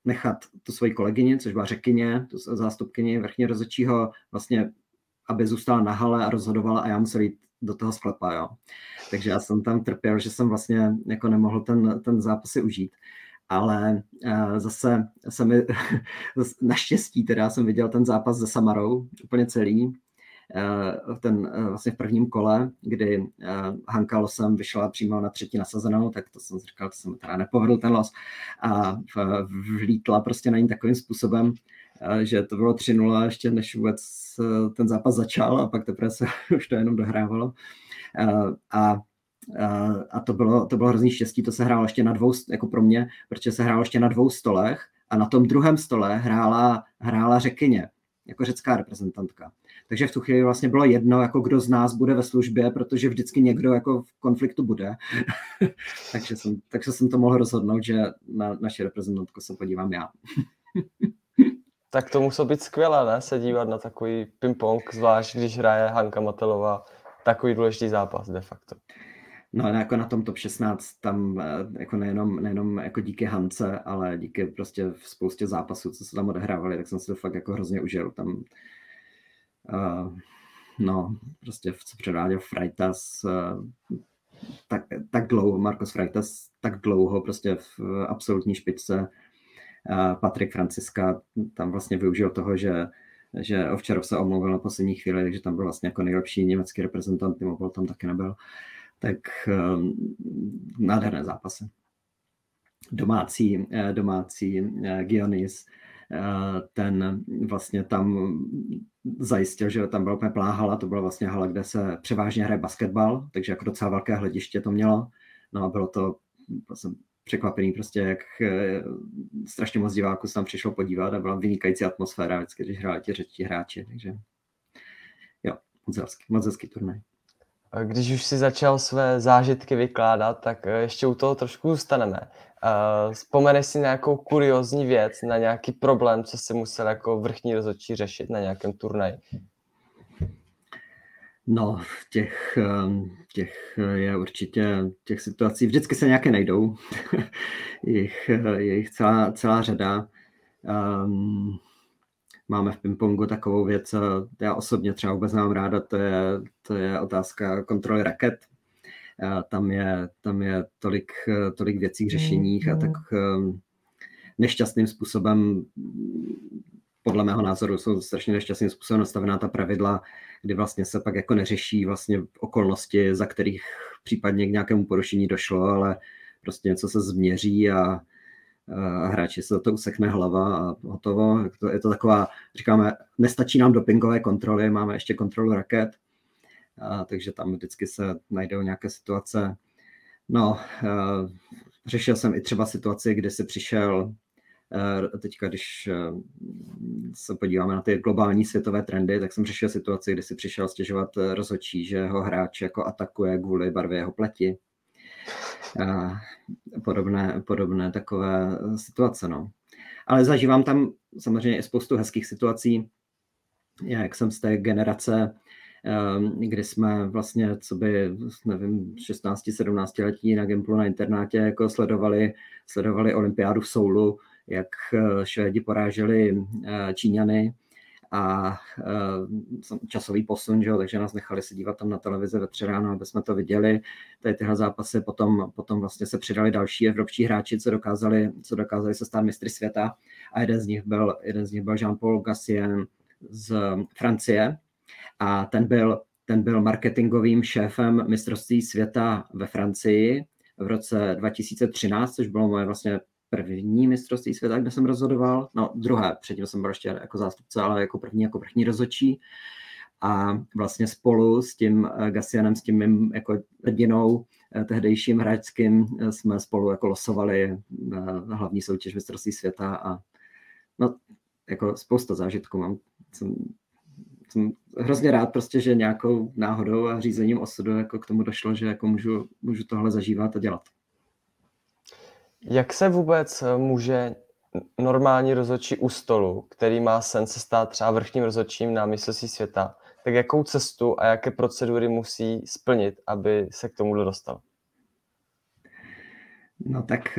nechat tu svoji kolegyni, což byla řekyně, tu zástupkyni vrchního rozhodčího, vlastně, aby zůstala na hale a rozhodovala a já musel jít do toho sklepa, jo. Takže já jsem tam trpěl, že jsem vlastně jako nemohl ten, ten zápas si užít. Ale uh, zase jsem naštěstí teda jsem viděl ten zápas se Samarou úplně celý, uh, ten uh, vlastně v prvním kole, kdy uh, Hanka losem vyšla přímo na třetí nasazenou, tak to jsem si říkal, to se mi teda nepovedl ten los a vlítla prostě na ní takovým způsobem, uh, že to bylo tři nula ještě než vůbec uh, ten zápas začal a pak teprve se už to jenom dohrávalo. Uh, a Uh, a to bylo, to bylo hrozný štěstí, to se hrálo ještě na dvou, jako pro mě, protože se hrálo ještě na dvou stolech a na tom druhém stole hrála, hrála řekyně, jako řecká reprezentantka. Takže v tu chvíli vlastně bylo jedno, jako kdo z nás bude ve službě, protože vždycky někdo jako v konfliktu bude. takže, jsem, takže jsem to mohl rozhodnout, že na naši reprezentantku se podívám já. Tak to muselo být skvělé, ne? Se dívat na takový ping-pong, zvlášť když hraje Hanka Matelová, takový důležitý zápas de facto. No jako na tom top šestnáct tam jako nejenom, nejenom jako díky Hance, ale díky prostě v spoustě zápasů, co se tam odehrávali, tak jsem si to fakt jako hrozně užil. Tam uh, no prostě co předváděl Freitas uh, tak, tak dlouho, Marcos Freitas tak dlouho prostě v absolutní špičce. Uh, Patrik Franciska tam vlastně využil toho, že že Ovčarov se omluvil na poslední chvíli, takže tam byl vlastně jako nejlepší německý reprezentant, Timopol tam taky nebyl. Tak um, nádherné zápasy. Domácí, domácí uh, Gionis, uh, ten vlastně tam zajistil, že tam byla úplně plná hala, to byla vlastně hala, kde se převážně hraje basketbal, takže jako docela velké hlediště to mělo. No a bylo to vlastně překvapený prostě, jak uh, strašně moc diváků se tam přišlo podívat a byla vynikající atmosféra vždycky, když hráli ti řečtí hráči, takže jo, moc hezký, moc hezký turnaj. Když už si začal své zážitky vykládat, tak ještě u toho trošku zůstaneme. Vzpomeneš si nějakou kuriózní věc, na nějaký problém, co jsi musel jako vrchní rozhodčí řešit na nějakém turnaji? No, těch, těch je určitě, těch situací vždycky se nějaké najdou. je jich, je jich celá, celá řada. Um, Máme v pingpongu takovou věc, já osobně třeba vůbec nemám ráda, to je, to je otázka kontroly raket. Tam je, tam je tolik, tolik věcí k řešeních a tak nešťastným způsobem, podle mého názoru, jsou strašně nešťastným způsobem nastavená ta pravidla, kdy vlastně se pak jako neřeší vlastně okolnosti, za kterých případně k nějakému porušení došlo, ale prostě něco se změří a a hráči se to usekne hlava a hotovo. Je to, je to taková, říkáme, nestačí nám dopingové kontroly, máme ještě kontrolu raket, a, takže tam vždycky se najdou nějaké situace. No, a, řešil jsem i třeba situaci, kdy si přišel, a, teďka když se podíváme na ty globální světové trendy, tak jsem řešil situaci, kdy si přišel stěžovat rozhodčí, že ho hráč jako atakuje kvůli barvě jeho pleti. A podobné, podobné takové situace. No. Ale zažívám tam samozřejmě i spoustu hezkých situací. Já, jak jsem z té generace, kdy jsme vlastně, co by, nevím, šestnáct sedmnáct letí na Gimplu na internátě jako sledovali, sledovali olympiádu v Soulu, jak Švédi poráželi Číňany a časový posun, že jo, takže nás nechali se dívat tam na televizi ve tři ráno, aby jsme to viděli. Tady tyhle zápasy potom, potom vlastně se přidali další evropští hráči, co dokázali, co dokázali se stát mistry světa a jeden z nich byl, jeden z nich byl Jean-Paul Gassien z Francie a ten byl, ten byl marketingovým šéfem mistrovství světa ve Francii v roce dva tisíce třináct, což bylo moje vlastně první mistrovství světa, kde jsem rozhodoval, no druhé, předtím jsem byl ještě jako zástupce, ale jako první, jako vrchní rozhodčí a vlastně spolu s tím Gassianem, s tím mým jako hrdinou tehdejším hráčským jsme spolu jako losovali na hlavní soutěž mistrovství světa a no jako spousta zážitků mám. Jsem, jsem hrozně rád prostě, že nějakou náhodou a řízením osudu jako k tomu došlo, že jako můžu, můžu tohle zažívat a dělat. Jak se vůbec může normální rozhodčí u stolu, který má sen se stát třeba vrchním rozhodčím na mistrovství světa, tak jakou cestu a jaké procedury musí splnit, aby se k tomuhle dostal? No tak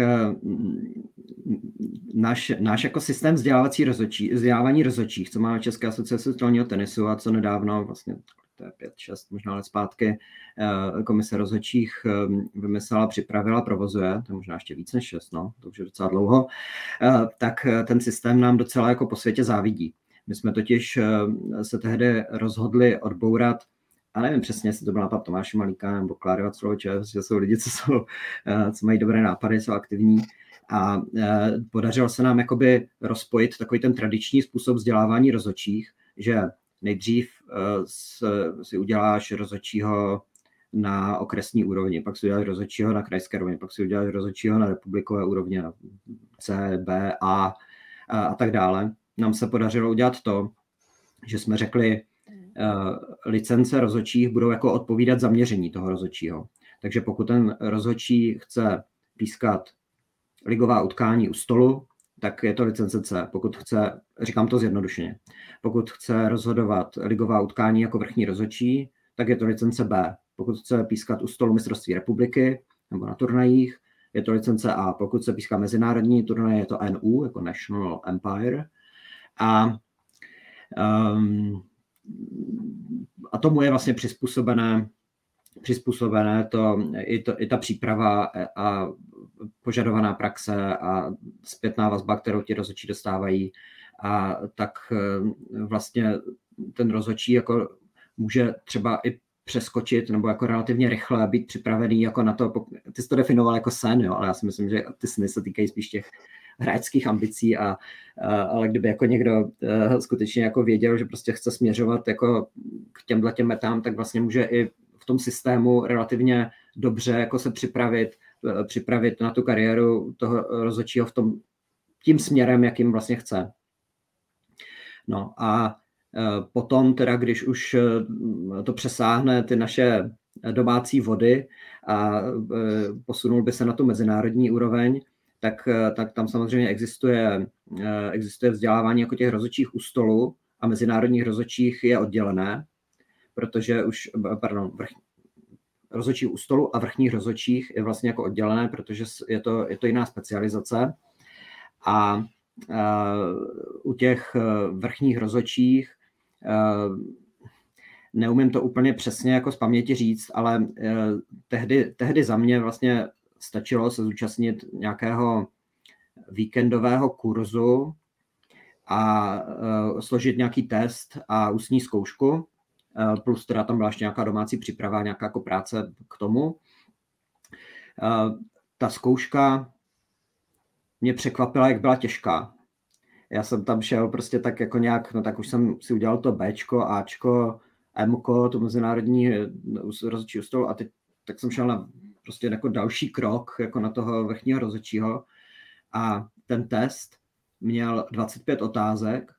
náš, náš jako systém vzdělávací rozhodčí, vzdělávání rozhodčích, co má Česká asociace stolního tenisu a co nedávno, vlastně to je pět, šest možná let zpátky, komise rozhodčích vymyslela, připravila, provozuje, to je možná ještě víc než šest, no, to už je docela dlouho, tak ten systém nám docela jako po světě závidí. My jsme totiž se tehdy rozhodli odbourat, a nevím přesně, jestli to byl nápad Tomáše Malíka nebo Kláry Vacloviče, že jsou lidi, co, jsou, co mají dobré nápady, jsou aktivní. A podařilo se nám jakoby rozpojit takový ten tradiční způsob vzdělávání rozhodčích, že nejdřív si uděláš rozhodčího na okresní úrovni, pak si uděláš rozhodčího na krajské úrovni, pak si uděláš rozhodčího na republikové úrovni, na C, B, A a, a tak dále. Nám se podařilo udělat to, že jsme řekli, licence rozhodčích budou jako odpovídat zaměření toho rozhodčího. Takže pokud ten rozhodčí chce pískat ligová utkání u stolu, tak je to licence C. Pokud chce, říkám to zjednodušeně, pokud chce rozhodovat ligová utkání jako vrchní rozhodčí, tak je to licence B. Pokud chce pískat u stolu mistrovství republiky nebo na turnajích, je to licence A. Pokud se píská mezinárodní turnaj, je to N U, jako National Empire. A um, A tomu je vlastně přizpůsobené, přizpůsobené to, i, to, i ta příprava a požadovaná praxe a zpětná vazba, kterou ti rozhodčí dostávají. A tak vlastně ten rozhodčí jako může třeba i přeskočit nebo jako relativně rychle být připravený jako na to, ty jsi to definoval jako sen, jo, ale já si myslím, že ty sny se týkají spíš těch hráčských ambicí, a, a, ale kdyby jako někdo uh, skutečně jako věděl, že prostě chce směřovat jako k těmhle těm metám, tak vlastně může i v tom systému relativně dobře jako se připravit, uh, připravit na tu kariéru toho rozhodčího v tom tím směrem, jakým vlastně chce. No a uh, potom teda, když už uh, to přesáhne ty naše domácí vody a uh, posunul by se na tu mezinárodní úroveň, Tak, tak tam samozřejmě existuje, existuje vzdělávání jako těch rozhodčích u stolu a mezinárodních rozhodčích je oddělené, protože už, pardon, vrch, rozhodčích u stolu a vrchních rozhodčích je vlastně jako oddělené, protože je to, je to jiná specializace. A uh, u těch vrchních rozhodčích uh, neumím to úplně přesně jako z paměti říct, ale uh, tehdy, tehdy za mě vlastně stačilo se zúčastnit nějakého víkendového kurzu a uh, složit nějaký test a ústní zkoušku, uh, plus teda tam byla ještě nějaká domácí příprava, nějaká jako práce k tomu. Uh, ta zkouška mě překvapila, jak byla těžká. Já jsem tam šel prostě tak jako nějak, no tak už jsem si udělal to Bčko, Ačko, Mko, to mezinárodní rozhodčí stolu, a teď tak jsem šel na prostě jako další krok jako na toho vrchního rozhodčího a ten test měl dvacet pět otázek.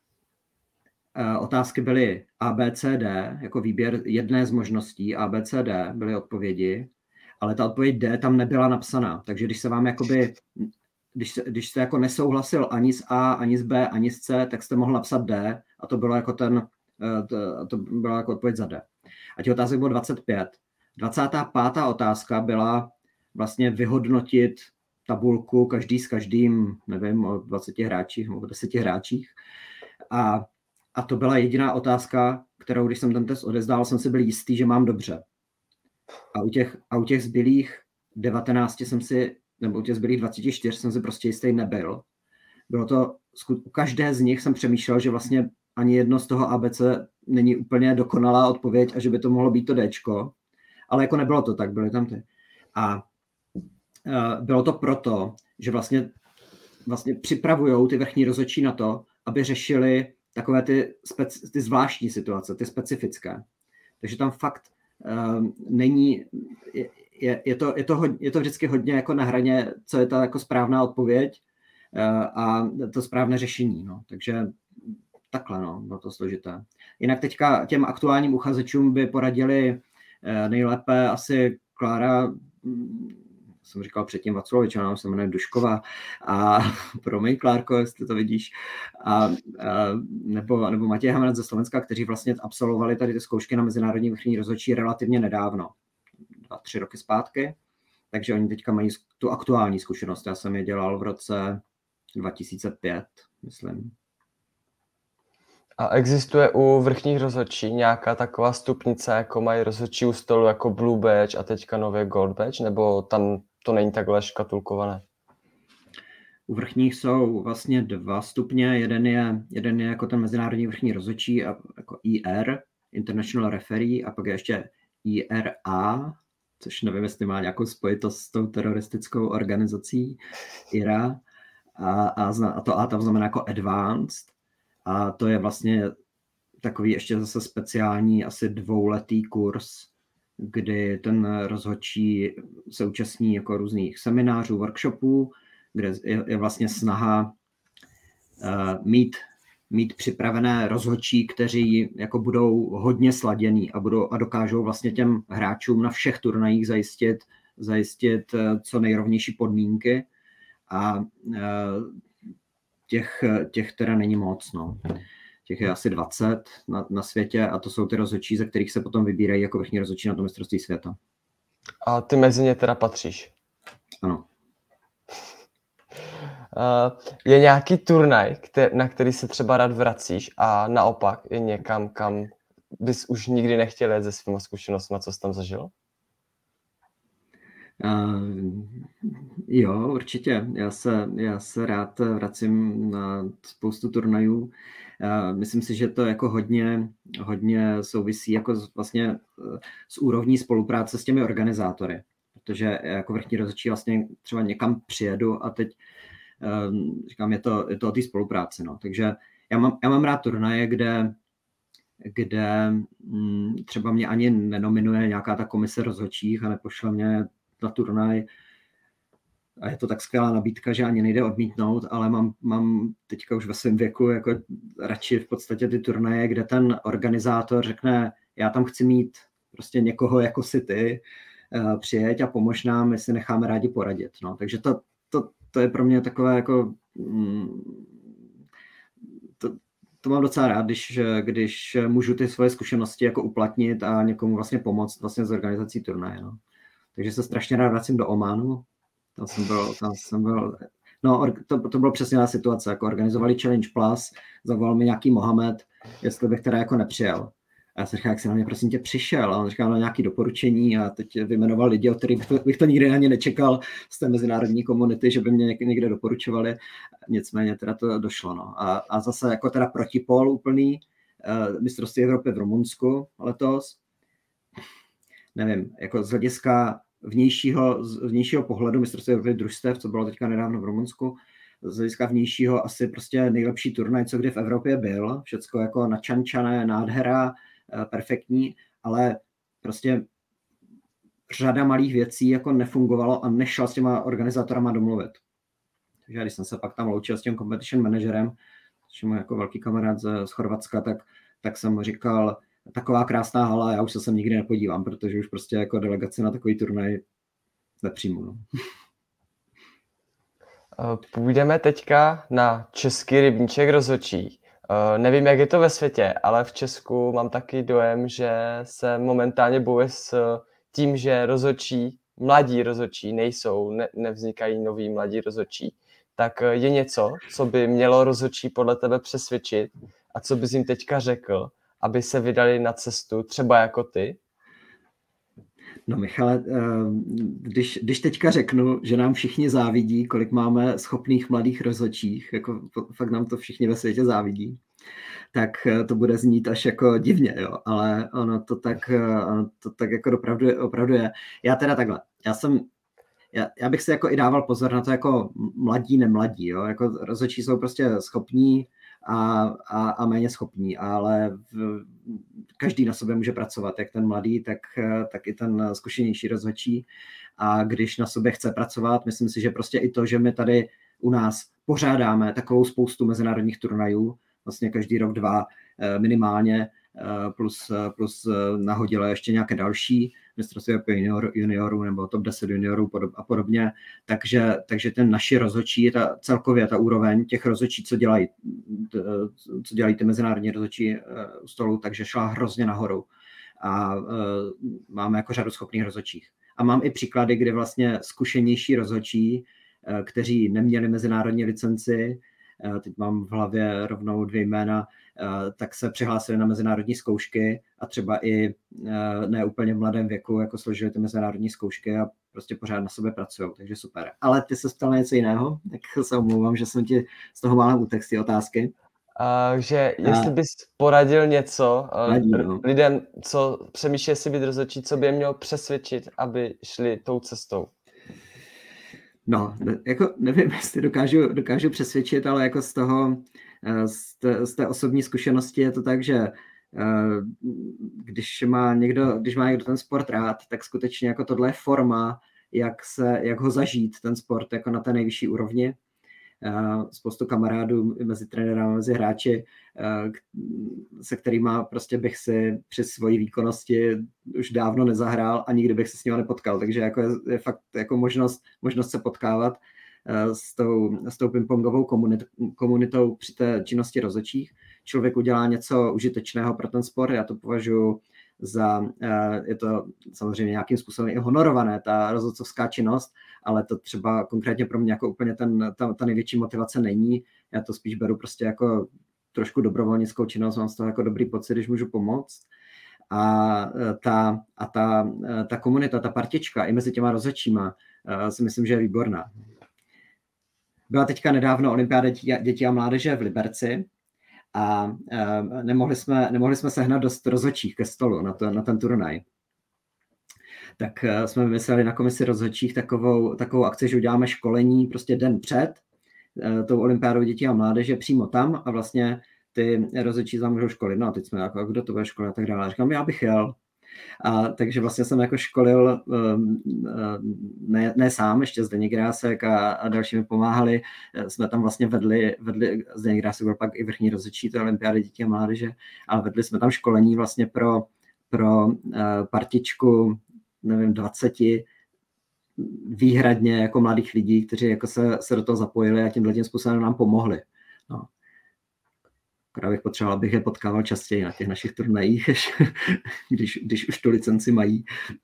Otázky byly A, B, C, D, jako výběr jedné z možností A, B, C, D byly odpovědi, ale ta odpověď D tam nebyla napsaná, takže když se vám jakoby, když, se, když jste jako nesouhlasil ani s A, ani s B, ani s C, tak jste mohl napsat D a to bylo jako ten, to, to byla jako odpověď za D. A těch otázek bylo dvacet pět. dvacátá pátá otázka byla vlastně vyhodnotit tabulku každý s každým, nevím, o dvaceti hráčích nebo deseti hráčích. A, a to byla jediná otázka, kterou, když jsem ten test odezdál, jsem si byl jistý, že mám dobře. A u těch, a u těch zbylých devatenácti jsem si, nebo u těch zbylých dvaceti čtyř jsem si prostě jistý nebyl. Bylo to, u každé z nich jsem přemýšlel, že vlastně ani jedno z toho A B C není úplně dokonalá odpověď a že by to mohlo být to Dčko. Ale jako nebylo to tak, byly tam ty. A uh, bylo to proto, že vlastně, vlastně připravujou ty vrchní rozhodčí na to, aby řešili takové ty, speci- ty zvláštní situace, ty specifické. Takže tam fakt uh, není, je, je, je, to, je, to hodně, je to vždycky hodně jako na hraně, co je ta jako správná odpověď uh, a to správné řešení. No. Takže takhle, no, bylo to složité. Jinak teďka těm aktuálním uchazečům by poradili nejlépe asi Klára, jsem říkal předtím Vaclovič, ona se jmenuje Dušková, a promiň Klárko, jestli to vidíš, a, a, nebo, nebo Matěj Hamran ze Slovenska, kteří vlastně absolvovali tady ty zkoušky na mezinárodní vrchní rozhodčí relativně nedávno, dva, tři roky zpátky. takže oni teďka mají tu aktuální zkušenost. Já jsem je dělal v roce dva tisíce pět, myslím. A existuje u vrchních rozhodčí nějaká taková stupnice, jako mají rozhodčí u stolu jako Blue Badge a teďka nově Gold Badge, nebo tam to není takhle škatulkované? U vrchních jsou vlastně dva stupně. Jeden je, jeden je jako ten mezinárodní vrchní rozhodčí, a jako I R, International Referee, a pak je ještě I R A, což nevím, jestli má nějakou spojitost s tou teroristickou organizací I R A. A, a, a to A tam znamená jako Advanced. A to je vlastně takový ještě zase speciální asi dvouletý kurz, kdy ten rozhodčí se účastní jako různých seminářů, workshopů, kde je, je vlastně snaha uh, mít, mít připravené rozhodčí, kteří jako budou hodně sladěný a, budou, a dokážou vlastně těm hráčům na všech turnajích zajistit, zajistit uh, co nejrovnější podmínky. A uh, těch, těch teda není moc. No. Těch je asi dvacet na, na světě a to jsou ty rozhodčí, ze kterých se potom vybírají jako vrchní rozhodčí na to mistrovství světa. A ty mezi ně teda patříš? Ano. Je nějaký turnaj, na který se třeba rád vracíš a naopak je někam, kam bys už nikdy nechtěl jet se svýma zkušenostmi, co jsi tam zažil? Uh, jo, určitě. Já se, já se rád vracím na spoustu turnajů. Uh, myslím si, že to jako hodně, hodně souvisí jako z, vlastně s úrovní spolupráce s těmi organizátory. Protože jako vrchní rozhodčí vlastně třeba někam přijedu a teď uh, říkám, je to, je to o té spolupráci. No. Takže já mám, já mám rád turnaje, kde kde hm, třeba mě ani nenominuje nějaká ta komise rozhodčích a nepošle mě na turnaj a je to tak skvělá nabídka, že ani nejde odmítnout, ale mám, mám teďka už ve svém věku jako radši v podstatě ty turnaje, kde ten organizátor řekne, já tam chci mít prostě někoho jako si ty, přijeď a pomož nám, my si necháme rádi poradit. No. Takže to, to, to je pro mě takové jako mm, to, to mám docela rád, když, když můžu ty svoje zkušenosti jako uplatnit a někomu vlastně pomoct vlastně z organizací turnaje. No. Takže se strašně rád vracím do Ománu. Tam jsem byl, tam jsem byl no, to, to bylo přesně ta situace, jako organizovali Challenge Plus, zavolal mi nějaký Mohamed, jestli bych teda jako nepřijel. A já jsem říkal, jak jsi na mě prosím tě přišel, a on říkal, no nějaký doporučení a teď vyjmenoval lidi, od kterých bych to, bych to nikdy ani nečekal z té mezinárodní komunity, že by mě někde doporučovali, nicméně teda to došlo. No. A, a zase jako teda protipol úplný, uh, mistrovství Evropy v Rumunsku letos, nevím, jako z hlediska vnějšího, z vnějšího pohledu mistrovství Evropy družstev, co bylo teďka nedávno v Rumunsku, z hlediska vnějšího asi prostě nejlepší turnaj, co kdy v Evropě byl, všecko jako načančané, nádhera, perfektní, ale prostě řada malých věcí jako nefungovalo a nešla s těma organizátorama domluvit. Takže když jsem se pak tam loučil s tím competition manažerem, což je můj jako velký kamarád z, z Chorvatska, tak, tak jsem mu říkal, taková krásná hala, já už se sem nikdy nepodívám, protože už prostě jako delegaci na takový turnaj nepřijmu. No. Půjdeme teďka na český rybníček rozhodčí. Nevím, jak je to ve světě, ale v Česku mám taky dojem, že se momentálně bojuje s tím, že rozhodčí, mladí rozhodčí nejsou, ne, nevznikají noví mladí rozhodčí. Tak je něco, co by mělo rozhodčí podle tebe přesvědčit a co bys jim teďka řekl, aby se vydali na cestu, třeba jako ty? No Michale, když, když teďka řeknu, že nám všichni závidí, kolik máme schopných mladých rozhodčích, jako fakt nám to všichni ve světě závidí, tak to bude znít až jako divně, jo, ale ono to tak, ono to tak jako opravdu, opravdu je. Já teda takhle, já jsem, já, já bych si jako i dával pozor na to jako mladí, nemladí, jo, jako rozhodčí jsou prostě schopní a, a, a méně schopní, ale v, každý na sobě může pracovat, jak ten mladý, tak, tak i ten zkušenější rozhodčí. A když na sobě chce pracovat, myslím si, že prostě i to, že my tady u nás pořádáme takovou spoustu mezinárodních turnajů, vlastně každý rok dva minimálně, plus, plus nahodile ještě nějaké další, mistrovství junior, juniorů nebo top deset juniorů a podobně. Takže, takže ten naši rozhodčí, ta, celkově ta úroveň těch rozhodčí, co dělají, co dělají ty mezinárodní rozhodčí u stolu, takže šla hrozně nahoru. A uh, máme jako řadu schopných rozhodčích. a mám i příklady, kde vlastně zkušenější rozhodčí, kteří neměli mezinárodní licenci, teď mám v hlavě rovnou dvě jména, tak se přihlásili na mezinárodní zkoušky a třeba i ne úplně v mladém věku, jako složili ty mezinárodní zkoušky a prostě pořád na sobě pracují, takže super. Ale ty se ptal na něco jiného, tak se omlouvám, že jsem ti z toho málem utekl z té otázky. Uh, že jestli bys poradil něco uh, Ladí, no. lidem, co přemýšlí si být rozhodčí, co by je mělo přesvědčit, aby šli tou cestou? No, ne, jako nevím, jestli dokážu, dokážu přesvědčit, ale jako z toho, z té, z té osobní zkušenosti je to tak, že když má někdo, když má někdo ten sport rád, tak skutečně jako tohle je forma, jak, se, jak ho zažít, ten sport jako na té nejvyšší úrovni. Spoustu kamarádů mezi trenérami, mezi hráči, se kterými prostě bych si při svojí výkonnosti už dávno nezahrál a nikdy bych se s ním nepotkal. Takže jako je, je fakt jako možnost, možnost se potkávat s tou, s tou pingpongovou komunit, komunitou při té činnosti rozhodčích. Člověk udělá něco užitečného pro ten sport, já to považuji za, je to samozřejmě nějakým způsobem i honorované, ta rozhodcovská činnost, ale to třeba konkrétně pro mě jako úplně ten, ta, ta největší motivace není. Já to spíš beru prostě jako trošku dobrovolnickou činnost, mám z toho jako dobrý pocit, když můžu pomoct. A ta, a ta, ta komunita, ta partička i mezi těma rozhodčíma si myslím, že je výborná. Byla teďka nedávno olympiáda dětí a mládeže v Liberci a nemohli jsme, nemohli jsme sehnat dost rozhodčích ke stolu na, to, na ten turnaj. Tak jsme vymysleli na komisi rozhodčích takovou, takovou akci, že uděláme školení prostě den před tou olympiádou dětí a mládeže přímo tam a vlastně ty rozhodčí tam můžou školit. No a teď jsme jako, kdo to bude školit a tak dále. A říkám, já bych jel. A takže vlastně jsem jako školil, ne, ne sám, ještě Zdeněk Grásek a, a další mi pomáhali. Jsme tam vlastně vedli, vedli Zdeněk Grásek byl pak i vrchní rozhodčí té olympiády dětí a mládeže, ale vedli jsme tam školení vlastně pro, pro partičku, nevím, dvaceti výhradně jako mladých lidí, kteří jako se, se do toho zapojili a tímhle tím způsobem nám pomohli. No. Akorát bych potřeboval, abych je potkával častěji na těch našich turnajích, když, když už tu licenci mají.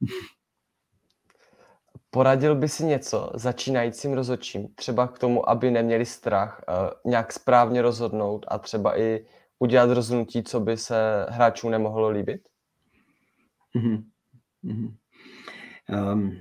Poradil by si něco začínajícím rozhodčím, třeba k tomu, aby neměli strach, nějak správně rozhodnout a třeba i udělat rozhodnutí, co by se hráčům nemohlo líbit? Mm-hmm. Mm-hmm. Um,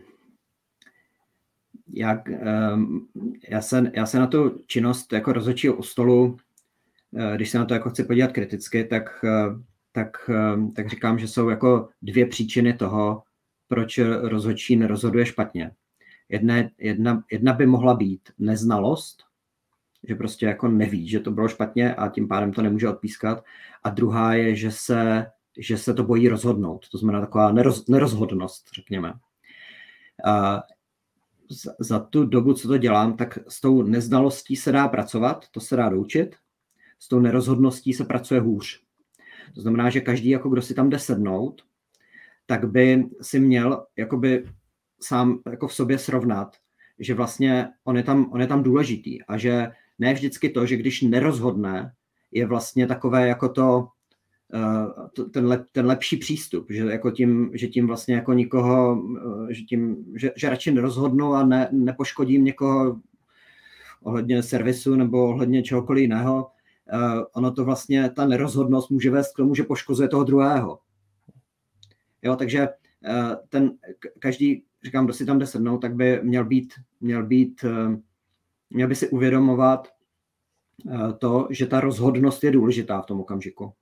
jak, um, já, se, já se na tu činnost jako rozhodčího u stolu, když se na to jako chci podívat kriticky, tak, tak, tak říkám, že jsou jako dvě příčiny toho, proč rozhodčí nerozhoduje špatně. Jedna, jedna, jedna by mohla být neznalost, že prostě jako neví, že to bylo špatně a tím pádem to nemůže odpískat. A druhá je, že se, že se to bojí rozhodnout. To znamená taková neroz, nerozhodnost, řekněme. A za, za tu dobu, co to dělám, tak s tou neznalostí se dá pracovat, to se dá doučit. S tou nerozhodností se pracuje hůř. To znamená, že každý, jako kdo si tam jde sednout, tak by si měl jakoby sám jako v sobě srovnat, že vlastně on je tam, on je tam důležitý a že ne vždycky to, že když nerozhodne, je vlastně takové jako to, uh, ten, lep, ten lepší přístup, že, jako tím, že tím vlastně jako nikoho, uh, že, tím, že, že radši nerozhodnu a ne, nepoškodím někoho ohledně servisu nebo ohledně čehokoliv jiného. Uh, ono to vlastně, ta nerozhodnost může vést k tomu, že poškozuje toho druhého. Jo, takže uh, ten, každý, říkám, kdo si tam jde sednout, tak by měl být, měl být, uh, měl by si uvědomovat uh, to, že ta rozhodnost je důležitá v tom okamžiku.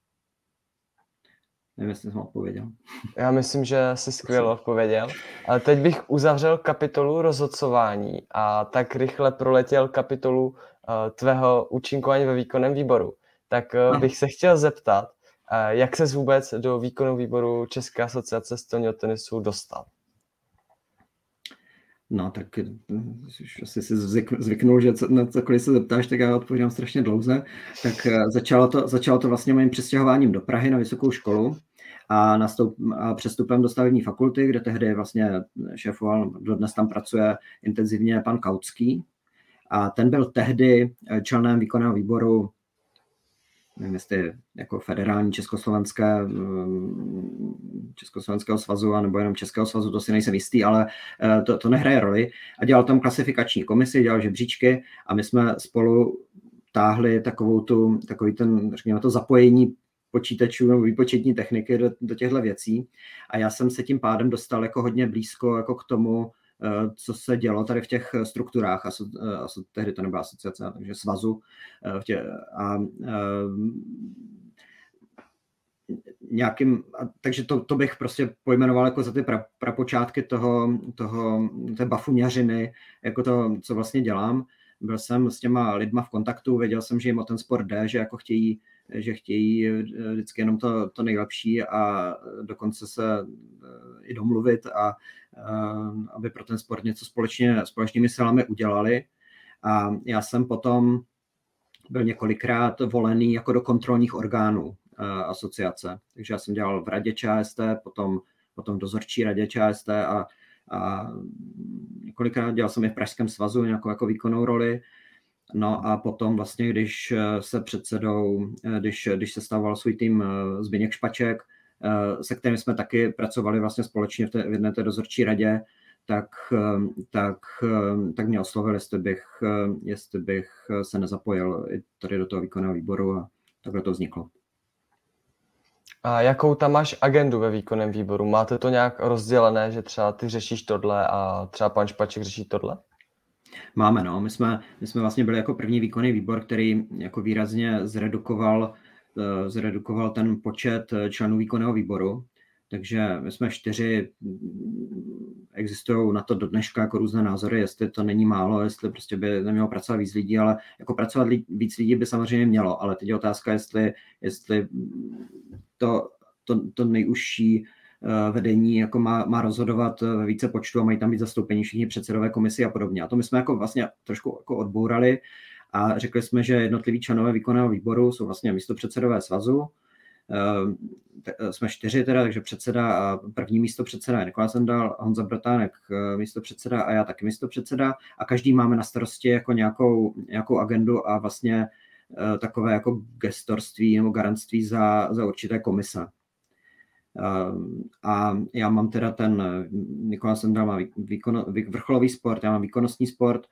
Nevím, jestli jsem odpověděl. Já myslím, že jsi skvěle odpověděl. Ale teď bych uzavřel kapitolu rozhodcování a tak rychle proletěl kapitolu uh, tvého účinkování ve výkonném výboru. Tak uh, bych se chtěl zeptat, uh, jak ses vůbec do výkonného výboru České asociace stolního tenisu dostal? No, tak už asi si zvyknul, že na cokoliv se zeptáš, tak já odpovídám strašně dlouze. Tak začalo to, začalo to vlastně mým přestěhováním do Prahy na vysokou školu a, nastup, a přestupem do stavební fakulty, kde tehdy vlastně šéfoval, dodnes tam pracuje intenzivně pan Kautský. A ten byl tehdy členem výkonného výboru, nevím, jestli jako federální československé Československého svazu a nebo jenom Českého svazu, to si nejsem jistý, ale to, to nehraje roli. A dělal tam klasifikační komisi, dělal žebříčky a my jsme spolu táhli takovou tu, takový ten, řekněme to, zapojení počítačů nebo výpočetní techniky do, do těchto věcí. A já jsem se tím pádem dostal jako hodně blízko jako k tomu, co se dělo tady v těch strukturách, aso, aso, tehdy to nebyla asociace, takže svazu. V tě, a, a, nějakým, a, takže to, to bych prostě pojmenoval jako za ty pra, prapočátky toho, toho, té bafuňařiny, jako to, co vlastně dělám. Byl jsem s těma lidma v kontaktu, věděl jsem, že jim o ten sport jde, že jako chtějí, že chtějí vždycky jenom to, to nejlepší a dokonce se i domluvit a aby pro ten sport něco společně, společnými silami udělali. A já jsem potom byl několikrát volený jako do kontrolních orgánů asociace. Takže já jsem dělal v radě ČST, potom, potom v dozorčí radě ČST a, a několikrát dělal jsem i v Pražském svazu nějakou jako výkonnou roli. No a potom vlastně, když se předsedou, když, když se stával svůj tým Zbyněk Špaček, se kterým jsme taky pracovali vlastně společně v, té, v jedné té dozorčí radě, tak, tak, tak mě oslovil, jestli bych, jestli bych se nezapojil i tady do toho výkonného výboru a takhle to vzniklo. A jakou tam máš agendu ve výkonném výboru? Máte to nějak rozdělené, že třeba ty řešíš tohle a třeba pan Špaček řeší tohle? Máme, no. My jsme, my jsme vlastně byli jako první výkonný výbor, který jako výrazně zredukoval, zredukoval ten počet členů výkonného výboru. Takže my jsme čtyři, existují na to do dneška jako různé názory, jestli to není málo, jestli prostě by nemělo pracovat víc lidí, ale jako pracovat víc lidí by samozřejmě mělo, ale teď je otázka, jestli, jestli to, to, to nejužší vedení jako má, má rozhodovat ve více počtu a mají tam být zastoupení všichni předsedové komisy a podobně. A to my jsme jako vlastně trošku jako odbourali a řekli jsme, že jednotliví členové výkonného výboru jsou vlastně místopředsedové svazu. Jsme čtyři teda, takže předseda a první místopředseda je Nikola Sendal, Honza Bratánek místopředseda a já taky místopředseda a každý máme na starosti jako nějakou, nějakou agendu a vlastně takové jako gestorství nebo garantství za, za určité komise. A já mám teda ten, Nikola Sendal má výkon, vrcholový sport, já mám výkonnostní sport,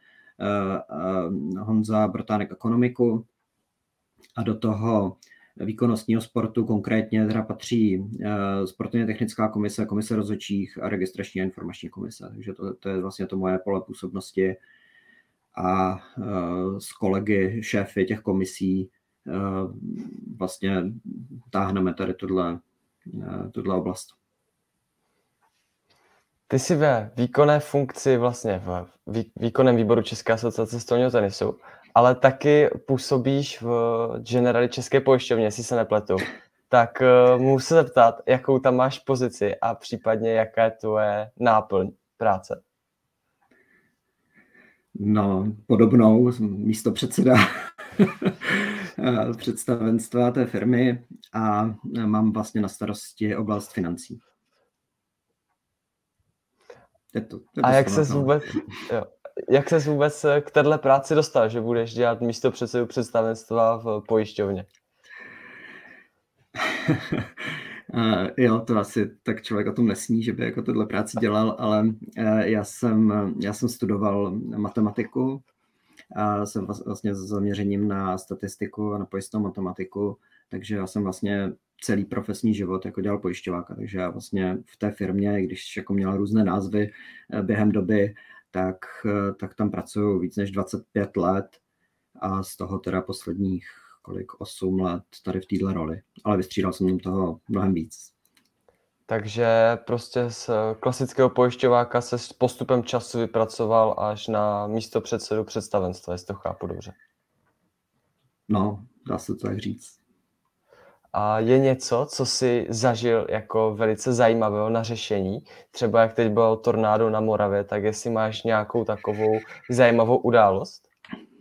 Honza Bratánek ekonomiku a do toho výkonnostního sportu konkrétně teda patří sportovně technická komise, komise rozhodčích a registrační a informační komise. Takže to, to je vlastně to moje pole působnosti a s kolegy, šéfy těch komisí vlastně táhneme tady tohle, tohle oblast. Ty jsi ve výkonné funkci vlastně v výkonném výboru České asociace stolního tenisu, ale taky působíš v Generali České pojišťovně, jestli se nepletu. Tak uh, můžu se zeptat, jakou tam máš pozici a případně jaká je tvoje náplň práce? No, podobnou, místopředseda představenstva té firmy a mám vlastně na starosti oblast financí. Je to, je to a jak ses vůbec... Jo. Jak ses vůbec k téhle práci dostal, že budeš dělat místopředsedu představenstva v pojišťovně? uh, jo, to asi tak člověk o tom nesní, že by jako tohle práci dělal, ale uh, já jsem, já jsem studoval matematiku a jsem vlastně s zaměřením na statistiku a na pojistnou matematiku, takže já jsem vlastně celý profesní život jako dělal pojišťováka, takže já vlastně v té firmě, když jako měla různé názvy během doby, tak, tak tam pracuju víc než dvacet pět let a z toho teda posledních kolik, osm let tady v této roli. Ale vystřídal jsem tam toho mnohem víc. Takže prostě z klasického pojišťováka se s postupem času vypracoval až na místo předsedu představenstva, jestli to chápu dobře. No, dá se to tak říct. A je něco, co jsi zažil jako velice zajímavého na řešení? Třeba jak teď bylo tornádo na Moravě, tak jestli máš nějakou takovou zajímavou událost?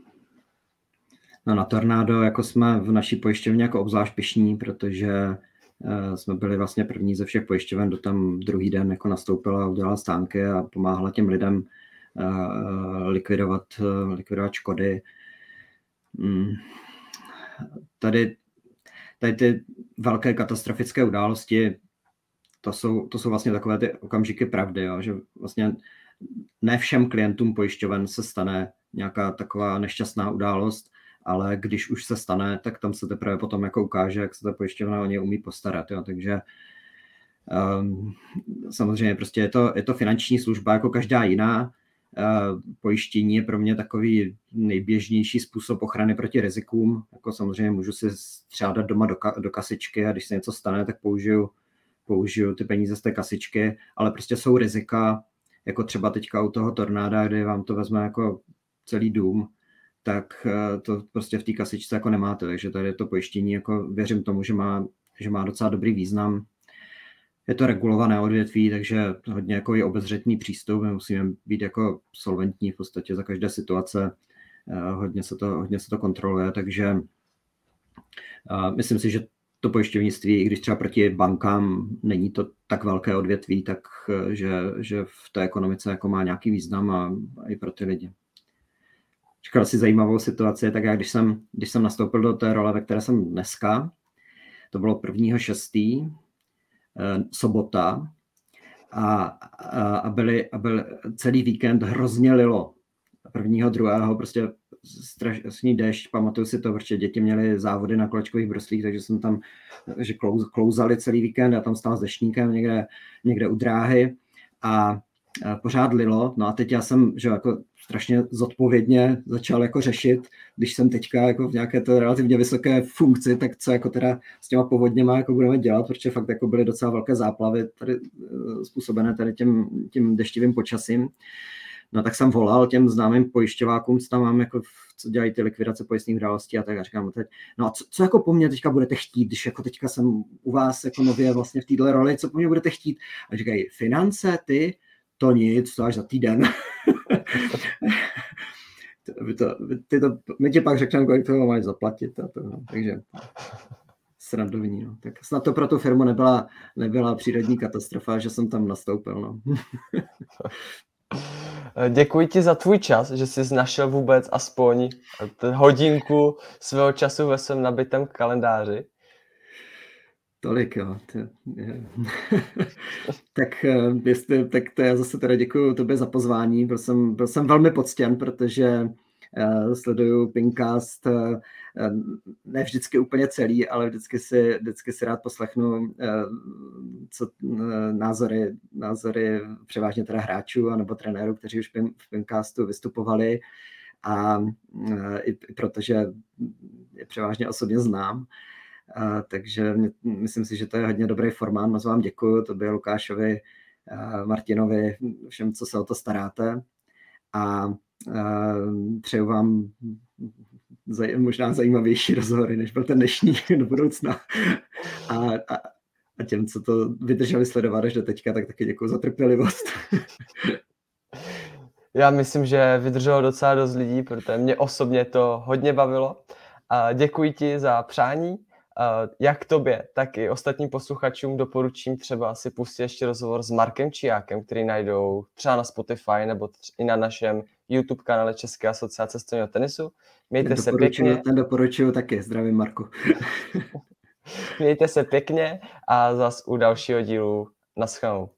No na tornádo jako jsme v naší pojišťovně jako obzvlášť pyšní, protože uh, jsme byli vlastně první ze všech pojišťoven, kdo tam druhý den jako nastoupila a udělala stánky a pomáhala těm lidem uh, likvidovat, uh, likvidovat škody. Mm. Tady Tady ty velké katastrofické události to jsou, to jsou vlastně takové ty okamžiky pravdy, jo, že vlastně ne všem klientům pojišťoven se stane nějaká taková nešťastná událost, ale když už se stane, tak tam se teprve potom jako ukáže, jak se ta pojišťovna o ně umí postarat. Jo. Takže um, samozřejmě prostě je to, je to finanční služba jako každá jiná. Uh, pojištění je pro mě takový nejběžnější způsob ochrany proti rizikům. Jako samozřejmě můžu si třeba dát doma do, ka- do kasičky a když se něco stane, tak použiju, použiju ty peníze z té kasičky, ale prostě jsou rizika, jako třeba teďka u toho tornáda, kdy vám to vezme jako celý dům, tak to prostě v té kasičce jako nemáte, takže tady to pojištění, jako věřím tomu, že má, že má docela dobrý význam. Je to regulované odvětví, takže hodně jako je obezřetný přístup, my musíme být jako solventní v podstatě za každé situace, hodně se to, hodně se to kontroluje, takže myslím si, že to pojišťovnictví, i když třeba proti bankám není to tak velké odvětví, tak že, že v té ekonomice jako má nějaký význam a, a i pro ty lidi. Říkal si zajímavou situaci, tak já když jsem, když jsem nastoupil do té role, ve které jsem dneska, to bylo prvního šestý sobota a, a, a, byli, a byl celý víkend hrozně lilo. Prvního, druhého, prostě strašný déšť, pamatuju si to, protože děti měly závody na kolečkových bruslích, takže jsem tam, že klouz, klouzali celý víkend, já tam stál s deštníkem někde, někde u dráhy a pořád lilo, no a teď já jsem, že jako strašně zodpovědně začal jako řešit, když jsem teďka jako v nějaké to relativně vysoké funkci, tak co jako teda s těma povodněma jako budeme dělat, protože fakt jako byly docela velké záplavy tady způsobené tady tím, tím deštivým počasím. No tak jsem volal těm známým pojišťovákům, co tam mám, jako, co dělají ty likvidace pojistných událostí a tak a říkám teď, no a co, co jako po mně teďka budete chtít, když jako teďka jsem u vás jako nově vlastně v této roli, co po mně budete chtít? A říkají, finance, ty, to nic, to až za týden. Ty to, ty to, my ti pak řekneme, kolik toho máš zaplatit. A to, no. Takže srandovní. No. Tak snad to pro tu firmu nebyla, nebyla přírodní katastrofa, že jsem tam nastoupil. No. Děkuji ti za tvůj čas, že jsi našel vůbec aspoň hodinku svého času ve svém nabitém kalendáři. Tolik, jo. tak, jestli, tak to já zase teda děkuji tobě za pozvání. Byl jsem, byl jsem velmi poctěn, protože uh, sleduju Pincast uh, ne vždycky úplně celý, ale vždycky si, vždycky si rád poslechnu uh, co, uh, názory, názory převážně teda hráčů anebo trenérů, kteří už v Pincastu vystupovali a uh, i, i protože je převážně osobně znám. Uh, takže mě, myslím si, že to je hodně dobrý formát. Moc vám děkuju, tobě, Lukášovi, uh, Martinovi, všem, co se o to staráte. A uh, přeju vám zaj, možná zajímavější rozhovory, než byl ten dnešní do budoucna. A, a, a těm, co to vydrželi sledovat až do teďka, tak taky děkuju za trpělivost. Já myslím, že vydrželo docela dost lidí, protože mě osobně to hodně bavilo. A děkuji ti za přání. Uh, jak tobě, tak i ostatním posluchačům doporučím třeba si pustit ještě rozhovor s Markem Čijákem, který najdou třeba na Spotify nebo tř- i na našem YouTube kanále České asociace stolního tenisu. Mějte ten se pěkně. Ten doporučuju taky. Zdravím, Marku. Mějte se pěkně a zas u dalšího dílu. Naschledanou.